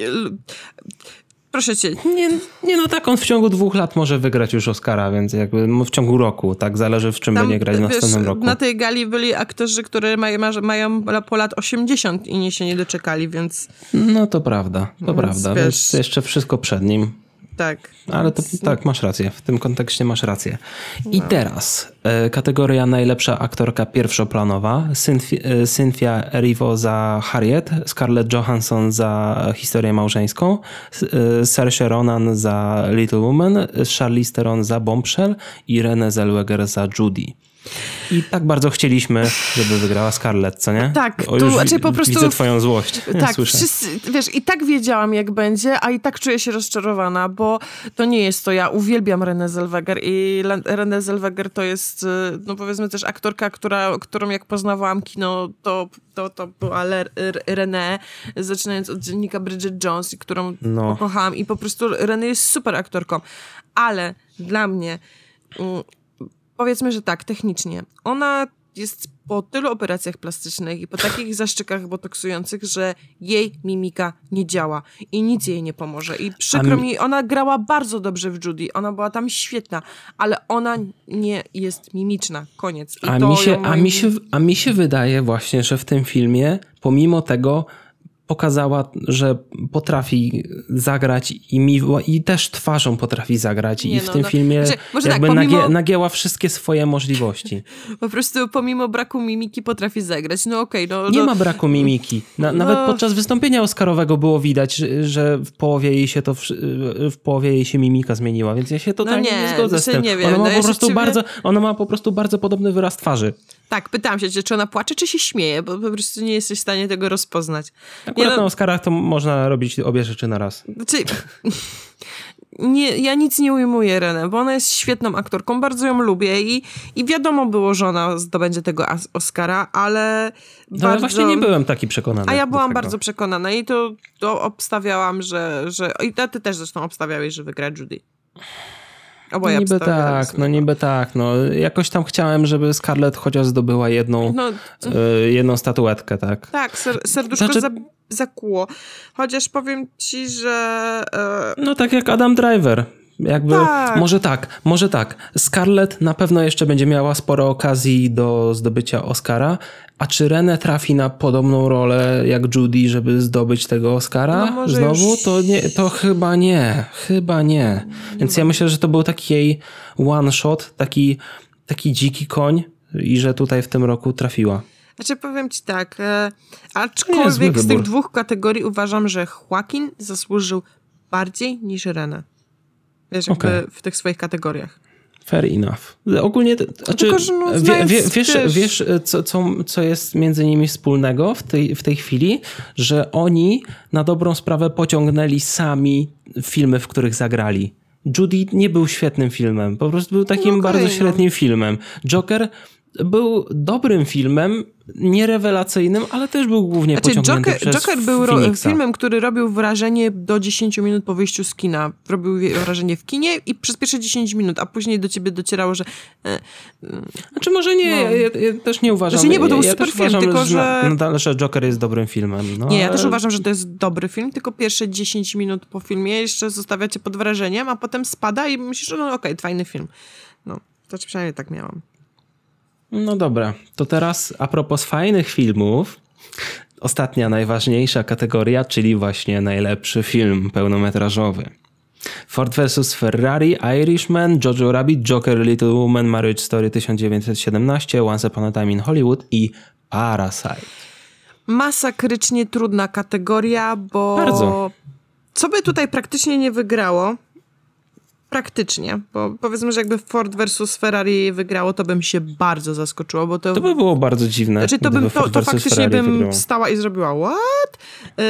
Proszę cię. Nie, tak on w ciągu 2 lat może wygrać już Oscara, więc jakby w ciągu roku, tak, zależy w czym będzie grać w następnym roku. Na tej gali byli aktorzy, którzy mają po lat 80 i się nie doczekali, więc... No to prawda, więc jeszcze wszystko przed nim. Tak. Ale to tak, masz rację. W tym kontekście masz rację. I teraz kategoria najlepsza aktorka pierwszoplanowa. Cynthia Erivo za Harriet, Scarlett Johansson za Historię małżeńską, Saoirse Ronan za Little Woman, Charlize Theron za Bombshell i Renée Zellweger za Judy. I tak bardzo chcieliśmy, żeby wygrała Scarlett, co nie? Tak, po prostu widzę twoją złość. Tak, wszyscy, wiesz, i tak wiedziałam, jak będzie, a i tak czuję się rozczarowana, bo to nie jest to. Ja uwielbiam Renée Zellweger i Renée Zellweger to jest, powiedzmy też aktorka, którą jak poznawałam kino, to była Renée, zaczynając od Dziennika Bridget Jones, którą pokochałam i po prostu Renée jest super aktorką, ale dla mnie... Powiedzmy, że tak, technicznie. Ona jest po tylu operacjach plastycznych i po takich zaszczykach botoksujących, że jej mimika nie działa i nic jej nie pomoże. I przykro mi, ona grała bardzo dobrze w Judy, ona była tam świetna, ale ona nie jest mimiczna. Koniec. A mi się wydaje właśnie, że w tym filmie, pomimo tego, pokazała, że potrafi zagrać i też twarzą potrafi zagrać i w tym filmie jakby nagięła wszystkie swoje możliwości. Po prostu pomimo braku mimiki potrafi zagrać. No okej. Nie ma braku mimiki. Nawet podczas wystąpienia oscarowego było widać, że w połowie jej się mimika zmieniła, więc ja się totalnie nie zgodzę z tym. Nie wiem. Ona ma po prostu bardzo podobny wyraz twarzy. Tak, pytałam się, czy ona płacze, czy się śmieje, bo po prostu nie jesteś w stanie tego rozpoznać. Akurat na Oscarach to można robić obie rzeczy na raz. Znaczy, ja nic nie ujmuję Renée, bo ona jest świetną aktorką, bardzo ją lubię i wiadomo było, że ona zdobędzie tego Oscara, ale bardzo... Ale właśnie nie byłem taki przekonany. A ja byłam bardzo przekonana i to obstawiałam, że... I ty też zresztą obstawiałeś, że wygra Judy. Oboje niby tak. Jakoś tam chciałem, żeby Scarlett chociaż zdobyła jedną statuetkę, tak? Tak, serduszko zakłuło. Chociaż powiem ci, że... No tak jak Adam Driver. Jakby, może tak. Scarlett na pewno jeszcze będzie miała sporo okazji do zdobycia Oscara, a czy Renée trafi na podobną rolę jak Judy, żeby zdobyć tego Oscara znowu? To chyba nie. Więc ja myślę, że to był taki jej one shot, taki dziki koń i że tutaj w tym roku trafiła. Znaczy powiem ci tak, aczkolwiek z tych dwóch kategorii uważam, że Joaquin zasłużył bardziej niż Renée. Wiesz, jakby w tych swoich kategoriach. Fair enough. Ogólnie, wiesz co jest między nimi wspólnego w tej chwili? Że oni na dobrą sprawę pociągnęli sami filmy, w których zagrali. Judy nie był świetnym filmem, po prostu był takim bardzo średnim filmem. Joker był dobrym filmem, nierewelacyjnym, ale też był głównie pociągnięty przez Joker był Phoenixa. filmem, który robił wrażenie do 10 minut po wyjściu z kina. Robił wrażenie w kinie i przez pierwsze 10 minut, a później do ciebie docierało, że... Znaczy może nie, ja też nie uważam. Znaczy nie, bo to był super film, uważam, tylko że Joker jest dobrym filmem. Ja też uważam, że to jest dobry film, tylko pierwsze 10 minut po filmie jeszcze zostawia cię pod wrażeniem, a potem spada i myślisz, że fajny film. To przynajmniej tak miałam. No dobra, to teraz a propos fajnych filmów, ostatnia najważniejsza kategoria, czyli właśnie najlepszy film pełnometrażowy. Ford vs. Ferrari, Irishman, Jojo Rabbit, Joker, Little Woman, Marriage Story 1917, Once Upon a Time in Hollywood i Parasite. Masakrycznie trudna kategoria, bo... Bardzo. Co by tutaj praktycznie nie wygrało? Praktycznie, bo powiedzmy, że jakby Ford versus Ferrari wygrało, to bym się bardzo zaskoczyło, bo to by było bardzo dziwne. Znaczy to faktycznie bym wstała i zrobiła what?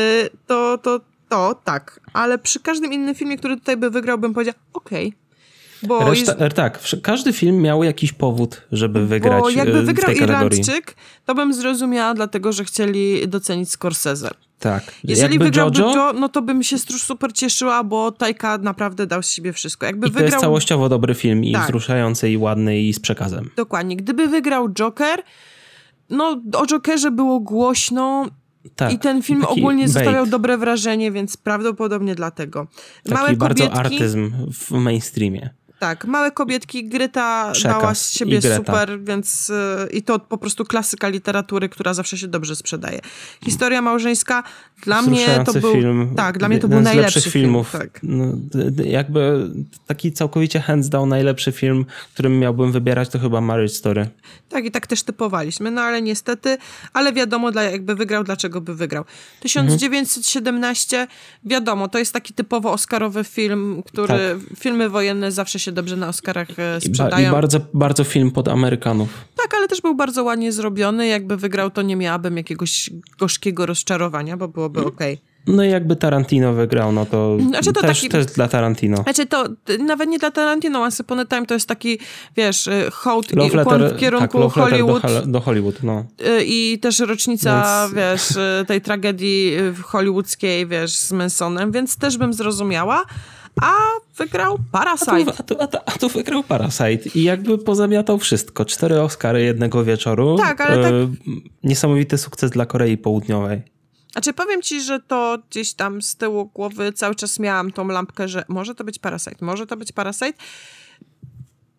To tak, ale przy każdym innym filmie, który tutaj by wygrał, bym powiedziała okej. Tak, każdy film miał jakiś powód, żeby wygrać bo jakby wygrał w tej kategorii. Irlandczyk, to bym zrozumiała, dlatego że chcieli docenić Scorsese. Tak. Jeżeli wygrałby Joe, no to bym się super cieszyła, bo Taika naprawdę dał z siebie wszystko. To jest całościowo dobry film i wzruszający, i ładny, i z przekazem. Dokładnie. Gdyby wygrał Joker, o Jokerze było głośno i ten film ogólnie zostawiał dobre wrażenie, więc prawdopodobnie dlatego. Taki bardzo artyzm w mainstreamie. Tak, Małe kobietki, Greta dała z siebie super, więc i to po prostu klasyka literatury, która zawsze się dobrze sprzedaje. Historia małżeńska, dla mnie to był film, dla mnie to był najlepszy film. Filmów. Tak. Jakby taki całkowicie hands down najlepszy film, którym miałbym wybierać, to chyba Marriage Story. Tak, i tak też typowaliśmy, ale niestety, ale wiadomo, jakby wygrał, dlaczego by wygrał. 1917, wiadomo, to jest taki typowo oscarowy film, który filmy wojenne zawsze się dobrze na Oscarach sprzedają. I bardzo, bardzo film pod Amerykanów. Tak, ale też był bardzo ładnie zrobiony. Jakby wygrał, to nie miałabym jakiegoś gorzkiego rozczarowania, bo byłoby okej. No i jakby Tarantino wygrał, no to, też dla Tarantino. Znaczy to nawet nie dla Tarantino, Once Upon a Time to jest taki, wiesz, hołd i ukłon w kierunku Hollywood. Do Hollywood, no. I też rocznica, wiesz, tej tragedii hollywoodzkiej, wiesz, z Mansonem, więc też bym zrozumiała. A wygrał Parasite. A tu wygrał Parasite i jakby pozamiatał wszystko. 4 Oscary jednego wieczoru. Tak, ale niesamowity sukces dla Korei Południowej. Znaczy powiem ci, że to gdzieś tam z tyłu głowy cały czas miałam tą lampkę, że może to być Parasite.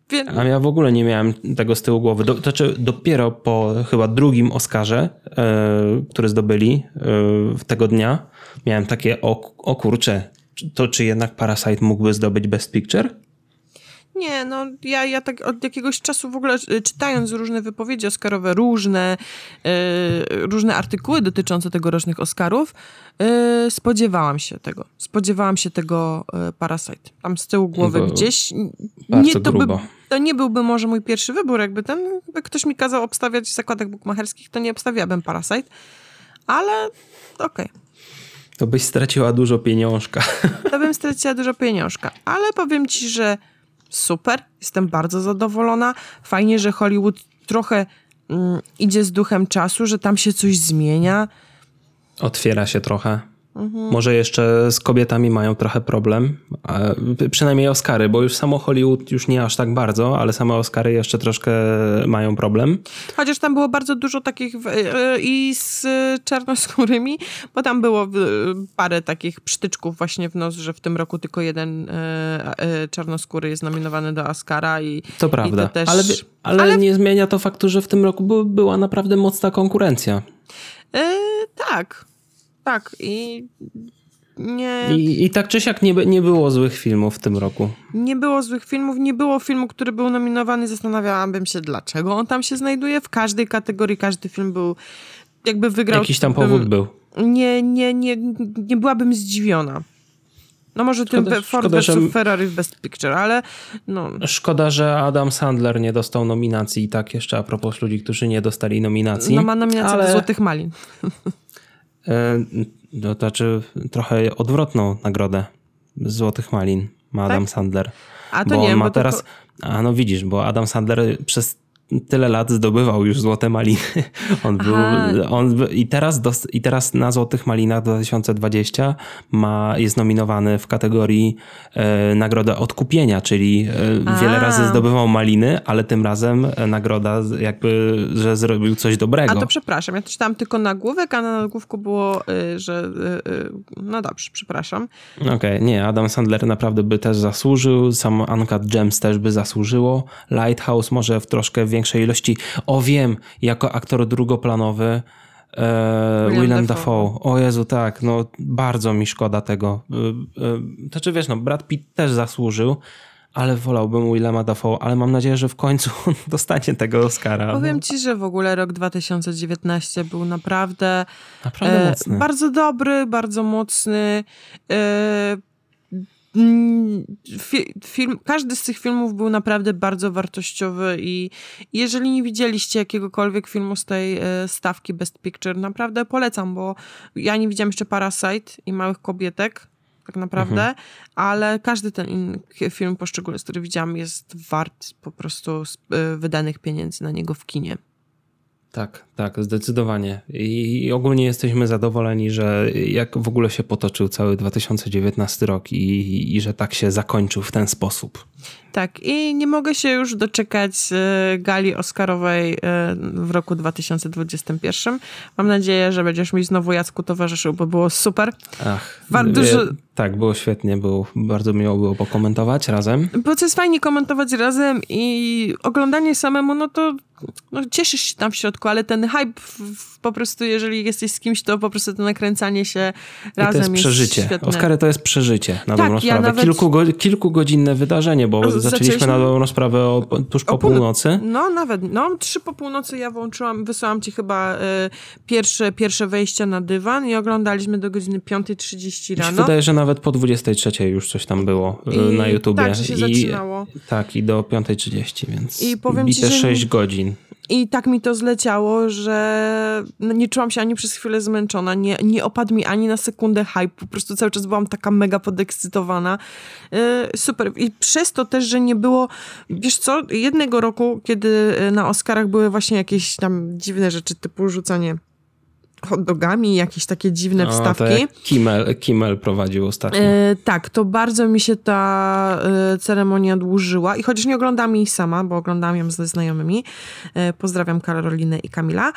A ja w ogóle nie miałem tego z tyłu głowy. Dopiero po chyba drugim Oscarze, który zdobyli tego dnia, miałem takie, o kurczę, to czy jednak Parasite mógłby zdobyć Best Picture? Nie, no ja tak od jakiegoś czasu w ogóle czytając różne wypowiedzi oscarowe, różne artykuły dotyczące tegorocznych Oscarów, spodziewałam się tego Parasite. Tam z tyłu głowy gdzieś. To nie byłby może mój pierwszy wybór, jakby ktoś mi kazał obstawiać w zakładach bukmacherskich, to nie obstawiałabym Parasite, ale okej. To byś straciła dużo pieniążka. To bym straciła dużo pieniążka, ale powiem ci, że super, jestem bardzo zadowolona. Fajnie, że Hollywood trochę idzie z duchem czasu, że tam się coś zmienia. Otwiera się trochę. Może jeszcze z kobietami mają trochę problem. Przynajmniej Oscary, bo już samo Hollywood już nie aż tak bardzo, ale same Oscary jeszcze troszkę mają problem. Chociaż tam było bardzo dużo takich i z czarnoskórymi, bo tam było parę takich przytyczków właśnie w nos, że w tym roku tylko jeden czarnoskóry jest nominowany do Oscara. To prawda, to też... ale nie zmienia to faktu, że w tym roku była naprawdę mocna konkurencja. Tak, i nie... I tak czy siak nie było złych filmów w tym roku. Nie było złych filmów, nie było filmu, który był nominowany. Zastanawiałabym się, dlaczego on tam się znajduje. W każdej kategorii każdy film był, jakby wygrał... Jakiś tam powód był. Nie byłabym zdziwiona. No może Ford vs. Ferrari w Best Picture, ale no... Szkoda, że Adam Sandler nie dostał nominacji. I tak jeszcze a propos ludzi, którzy nie dostali nominacji. No ma nominację do Złotych Malin. To znaczy trochę odwrotną nagrodę Złotych Malin ma Adam Sandler. A to nie, bo teraz... no widzisz, bo Adam Sandler przez tyle lat zdobywał już Złote Maliny. I teraz na Złotych Malinach 2020 jest nominowany w kategorii nagroda odkupienia, czyli wiele razy zdobywał maliny, ale tym razem nagroda jakby, że zrobił coś dobrego. A to przepraszam, ja czytałam tylko nagłówek, a na nagłówku było, że no dobrze, przepraszam. Okej, nie, Adam Sandler naprawdę by też zasłużył, sam Uncut Gems też by zasłużyło, Lighthouse może w troszkę większej ilości. Wiem, jako aktor drugoplanowy Willem Dafoe. O Jezu, tak, no bardzo mi szkoda tego. Znaczy wiesz, no Brad Pitt też zasłużył, ale wolałbym Willema Dafoe, ale mam nadzieję, że w końcu dostanie tego Oscara. Powiem ci, że w ogóle rok 2019 był naprawdę mocny. Bardzo dobry, bardzo mocny. Każdy z tych filmów był naprawdę bardzo wartościowy i jeżeli nie widzieliście jakiegokolwiek filmu z tej stawki Best Picture, naprawdę polecam, bo ja nie widziałam jeszcze Parasite i Małych Kobietek, tak naprawdę, ale każdy ten film poszczególny, który widziałam, jest wart po prostu wydanych pieniędzy na niego w kinie. Tak, zdecydowanie. I ogólnie jesteśmy zadowoleni, że jak w ogóle się potoczył cały 2019 rok i że tak się zakończył w ten sposób. Tak, i nie mogę się już doczekać gali oscarowej w roku 2021. Mam nadzieję, że będziesz mi znowu, Jacku, towarzyszył, bo było super. Tak, było świetnie, bardzo miło było pokomentować razem. Bo to jest fajnie komentować razem i oglądanie samemu, no to cieszysz się tam w środku, ale ten hype po prostu, jeżeli jesteś z kimś, to po prostu to nakręcanie się razem to jest przeżycie. Świetne. Oscary to jest przeżycie, na dobrą sprawę. Nawet... Kilkugodzinne wydarzenie, bo zaczęliśmy na dobrą sprawę tuż po północy. No nawet, 3 po północy ja wysłałam ci chyba pierwsze wejścia na dywan i oglądaliśmy do godziny 5:30 rano. Mi się wydaje, że nawet po 23 już coś tam było na YouTubie. Tak, że się zaczynało. Tak, i do 5:30, więc i powiem ci, że 6 godzin. I tak mi to zleciało, że nie czułam się ani przez chwilę zmęczona, nie opadł mi ani na sekundę hype, po prostu cały czas byłam taka mega podekscytowana. Super. I przez to też, że nie było, wiesz co, jednego roku, kiedy na Oscarach były właśnie jakieś tam dziwne rzeczy, typu rzucanie hot dogami, jakieś takie dziwne wstawki. To jak Kimmel prowadził ostatnio. Tak, to bardzo mi się ta ceremonia dłużyła i chociaż nie oglądam jej sama, bo oglądam ją ze znajomymi. Pozdrawiam Karolinę i Kamila.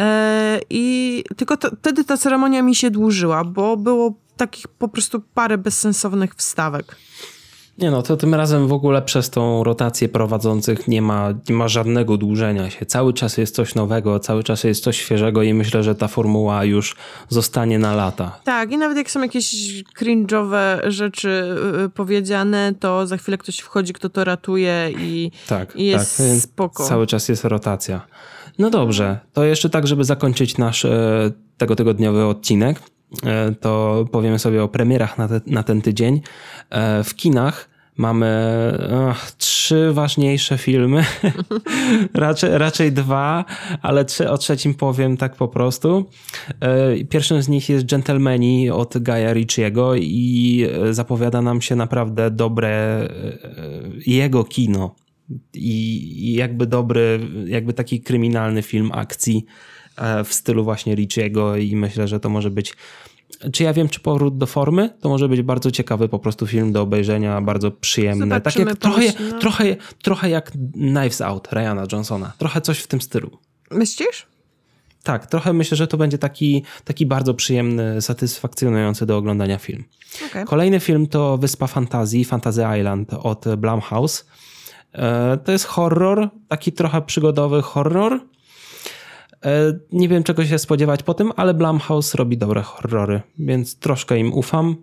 I tylko wtedy ta ceremonia mi się dłużyła, bo było takich po prostu parę bezsensownych wstawek. Nie no, to tym razem w ogóle przez tą rotację prowadzących nie ma żadnego dłużenia się. Cały czas jest coś nowego, cały czas jest coś świeżego i myślę, że ta formuła już zostanie na lata. Tak, i nawet jak są jakieś cringe'owe rzeczy powiedziane, to za chwilę ktoś wchodzi, kto to ratuje i jest spoko. Cały czas jest rotacja. No dobrze, to jeszcze tak, żeby zakończyć nasz tegotygodniowy odcinek, to powiemy sobie o premierach na ten tydzień. W kinach mamy 3 ważniejsze filmy, raczej 2, ale o trzecim powiem tak po prostu. Pierwszym z nich jest Gentlemani od Guya Ritchiego i zapowiada nam się naprawdę dobre jego kino i jakby taki kryminalny film akcji w stylu właśnie Ritchiego i myślę, że to może być, czy ja wiem, czy powrót do formy, to może być bardzo ciekawy po prostu film do obejrzenia, bardzo przyjemny. Tak jak, trochę jak Knives Out Ryana Johnsona. Trochę coś w tym stylu. Myślisz? Tak, trochę myślę, że to będzie taki bardzo przyjemny, satysfakcjonujący do oglądania film. Okay. Kolejny film to Wyspa Fantazji, Fantasy Island od Blumhouse. To jest horror, taki trochę przygodowy horror. Nie wiem, czego się spodziewać po tym, ale Blumhouse robi dobre horrory, więc troszkę im ufam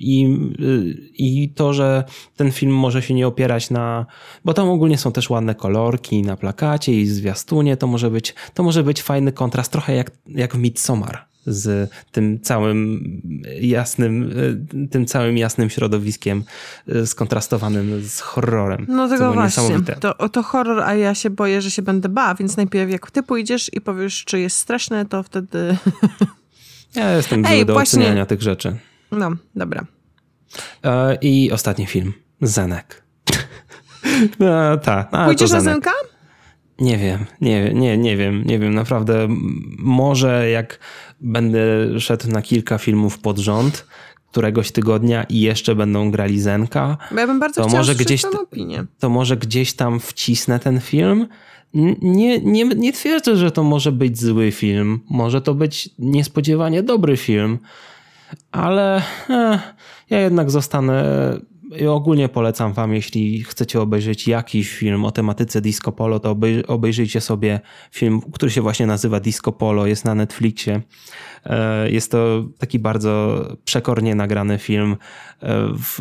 i to, że ten film może się nie opierać bo tam ogólnie są też ładne kolorki na plakacie i zwiastunie, to może być fajny kontrast, trochę jak w Midsommar z tym całym jasnym środowiskiem skontrastowanym z horrorem. No tego właśnie, to horror, a ja się boję, że się będę bała, więc najpierw jak ty pójdziesz i powiesz, czy jest straszne, to wtedy... Ja jestem zły do oceniania tych rzeczy. No, dobra. I ostatni film, Zenek. Pójdziesz na Zenka? Nie wiem, naprawdę może jak będę szedł na kilka filmów pod rząd któregoś tygodnia i jeszcze będą grali Zenka, bo ja bym bardzo chciała słyszeć tą opinię. To może gdzieś tam wcisnę ten film. Nie twierdzę, że to może być zły film, może to być niespodziewanie dobry film, ale ja jednak zostanę... Ogólnie polecam wam, jeśli chcecie obejrzeć jakiś film o tematyce disco polo, to obejrzyjcie sobie film, który się właśnie nazywa Disco Polo, jest na Netflixie. Jest to taki bardzo przekornie nagrany film w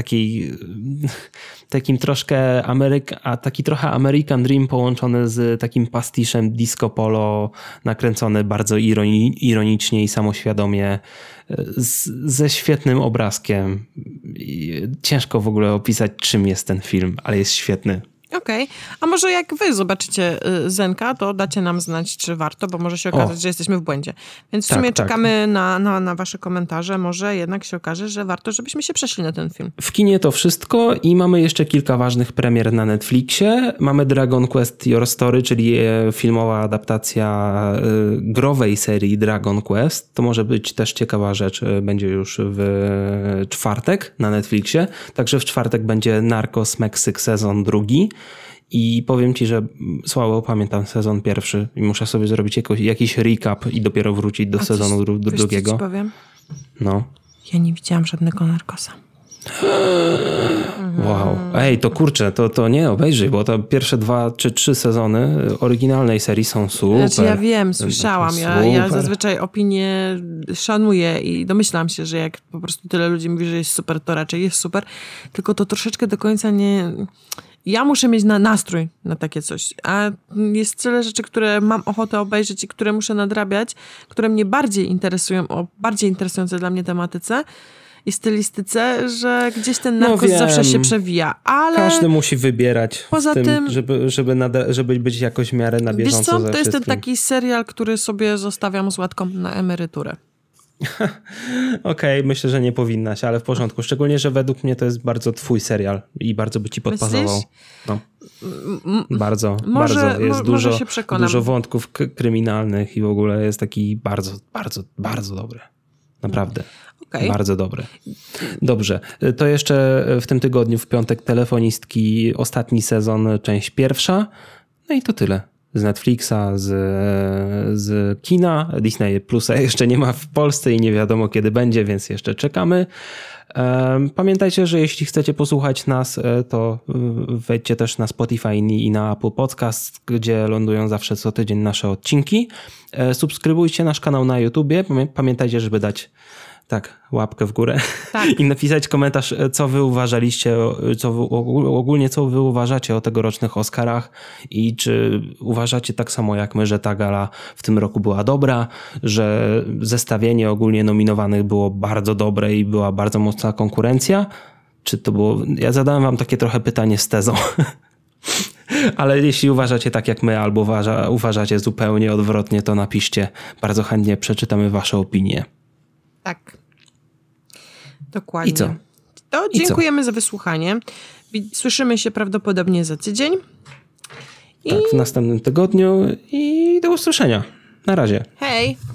takim troszkę taki trochę American Dream połączony z takim pastiszem disco polo, nakręcony bardzo ironicznie i samoświadomie, ze świetnym obrazkiem. Ciężko w ogóle opisać, czym jest ten film, ale jest świetny. Okej. A może jak wy zobaczycie Zenka, to dacie nam znać, czy warto, bo może się okazać, że jesteśmy w błędzie. Więc w sumie czekamy na wasze komentarze. Może jednak się okaże, że warto, żebyśmy się przeszli na ten film. W kinie to wszystko i mamy jeszcze kilka ważnych premier na Netflixie. Mamy Dragon Quest Your Story, czyli filmowa adaptacja growej serii Dragon Quest. To może być też ciekawa rzecz. Będzie już w czwartek na Netflixie. Także w czwartek będzie Narcos Mexico sezon 2. I powiem ci, że słabo pamiętam sezon pierwszy i muszę sobie zrobić jakiś recap i dopiero wrócić do sezonu drugiego. Ci powiem? No. Ja nie widziałam żadnego Narcosa. Wow. Ej, to kurczę, to nie obejrzyj, bo te pierwsze 2 czy 3 sezony oryginalnej serii są super. Znaczy ja wiem, słyszałam. Ja zazwyczaj opinię szanuję i domyślam się, że jak po prostu tyle ludzi mówi, że jest super, to raczej jest super. Tylko to troszeczkę do końca nie... Ja muszę mieć nastrój na takie coś, a jest tyle rzeczy, które mam ochotę obejrzeć i które muszę nadrabiać, które mnie bardziej interesują, o bardziej interesujące dla mnie tematyce i stylistyce, że gdzieś ten Narcos zawsze się przewija, ale... Każdy musi wybierać poza tym, żeby być jakoś w miarę na bieżąco. Wiesz co, to jest ten taki serial, który sobie zostawiam z łatką na emeryturę. Okej, myślę, że nie powinnaś, ale w porządku. Szczególnie, że według mnie to jest bardzo twój serial i bardzo by ci podpasował. No. Bardzo. Jest dużo wątków kryminalnych i w ogóle jest taki bardzo, bardzo, bardzo dobry. Naprawdę. Okay. Bardzo dobry. Dobrze. To jeszcze w tym tygodniu, w piątek, Telefonistki, ostatni sezon, część pierwsza. No i to tyle. z Netflixa, z kina. Disney Plusa jeszcze nie ma w Polsce i nie wiadomo kiedy będzie, więc jeszcze czekamy. Pamiętajcie, że jeśli chcecie posłuchać nas, to wejdźcie też na Spotify i na Apple Podcast, gdzie lądują zawsze co tydzień nasze odcinki. Subskrybujcie nasz kanał na YouTubie. Pamiętajcie, żeby dać łapkę w górę i napisać komentarz, co wy uważaliście, ogólnie co wy uważacie o tegorocznych Oscarach i czy uważacie tak samo jak my, że ta gala w tym roku była dobra, że zestawienie ogólnie nominowanych było bardzo dobre i była bardzo mocna konkurencja, czy to było... Ja zadałem wam takie trochę pytanie z tezą. Ale jeśli uważacie tak jak my, albo uważacie zupełnie odwrotnie, to napiszcie. Bardzo chętnie przeczytamy wasze opinie. Tak. Dokładnie. I co? To dziękujemy za wysłuchanie. Słyszymy się prawdopodobnie za tydzień. Tak, w następnym tygodniu i do usłyszenia. Na razie. Hej!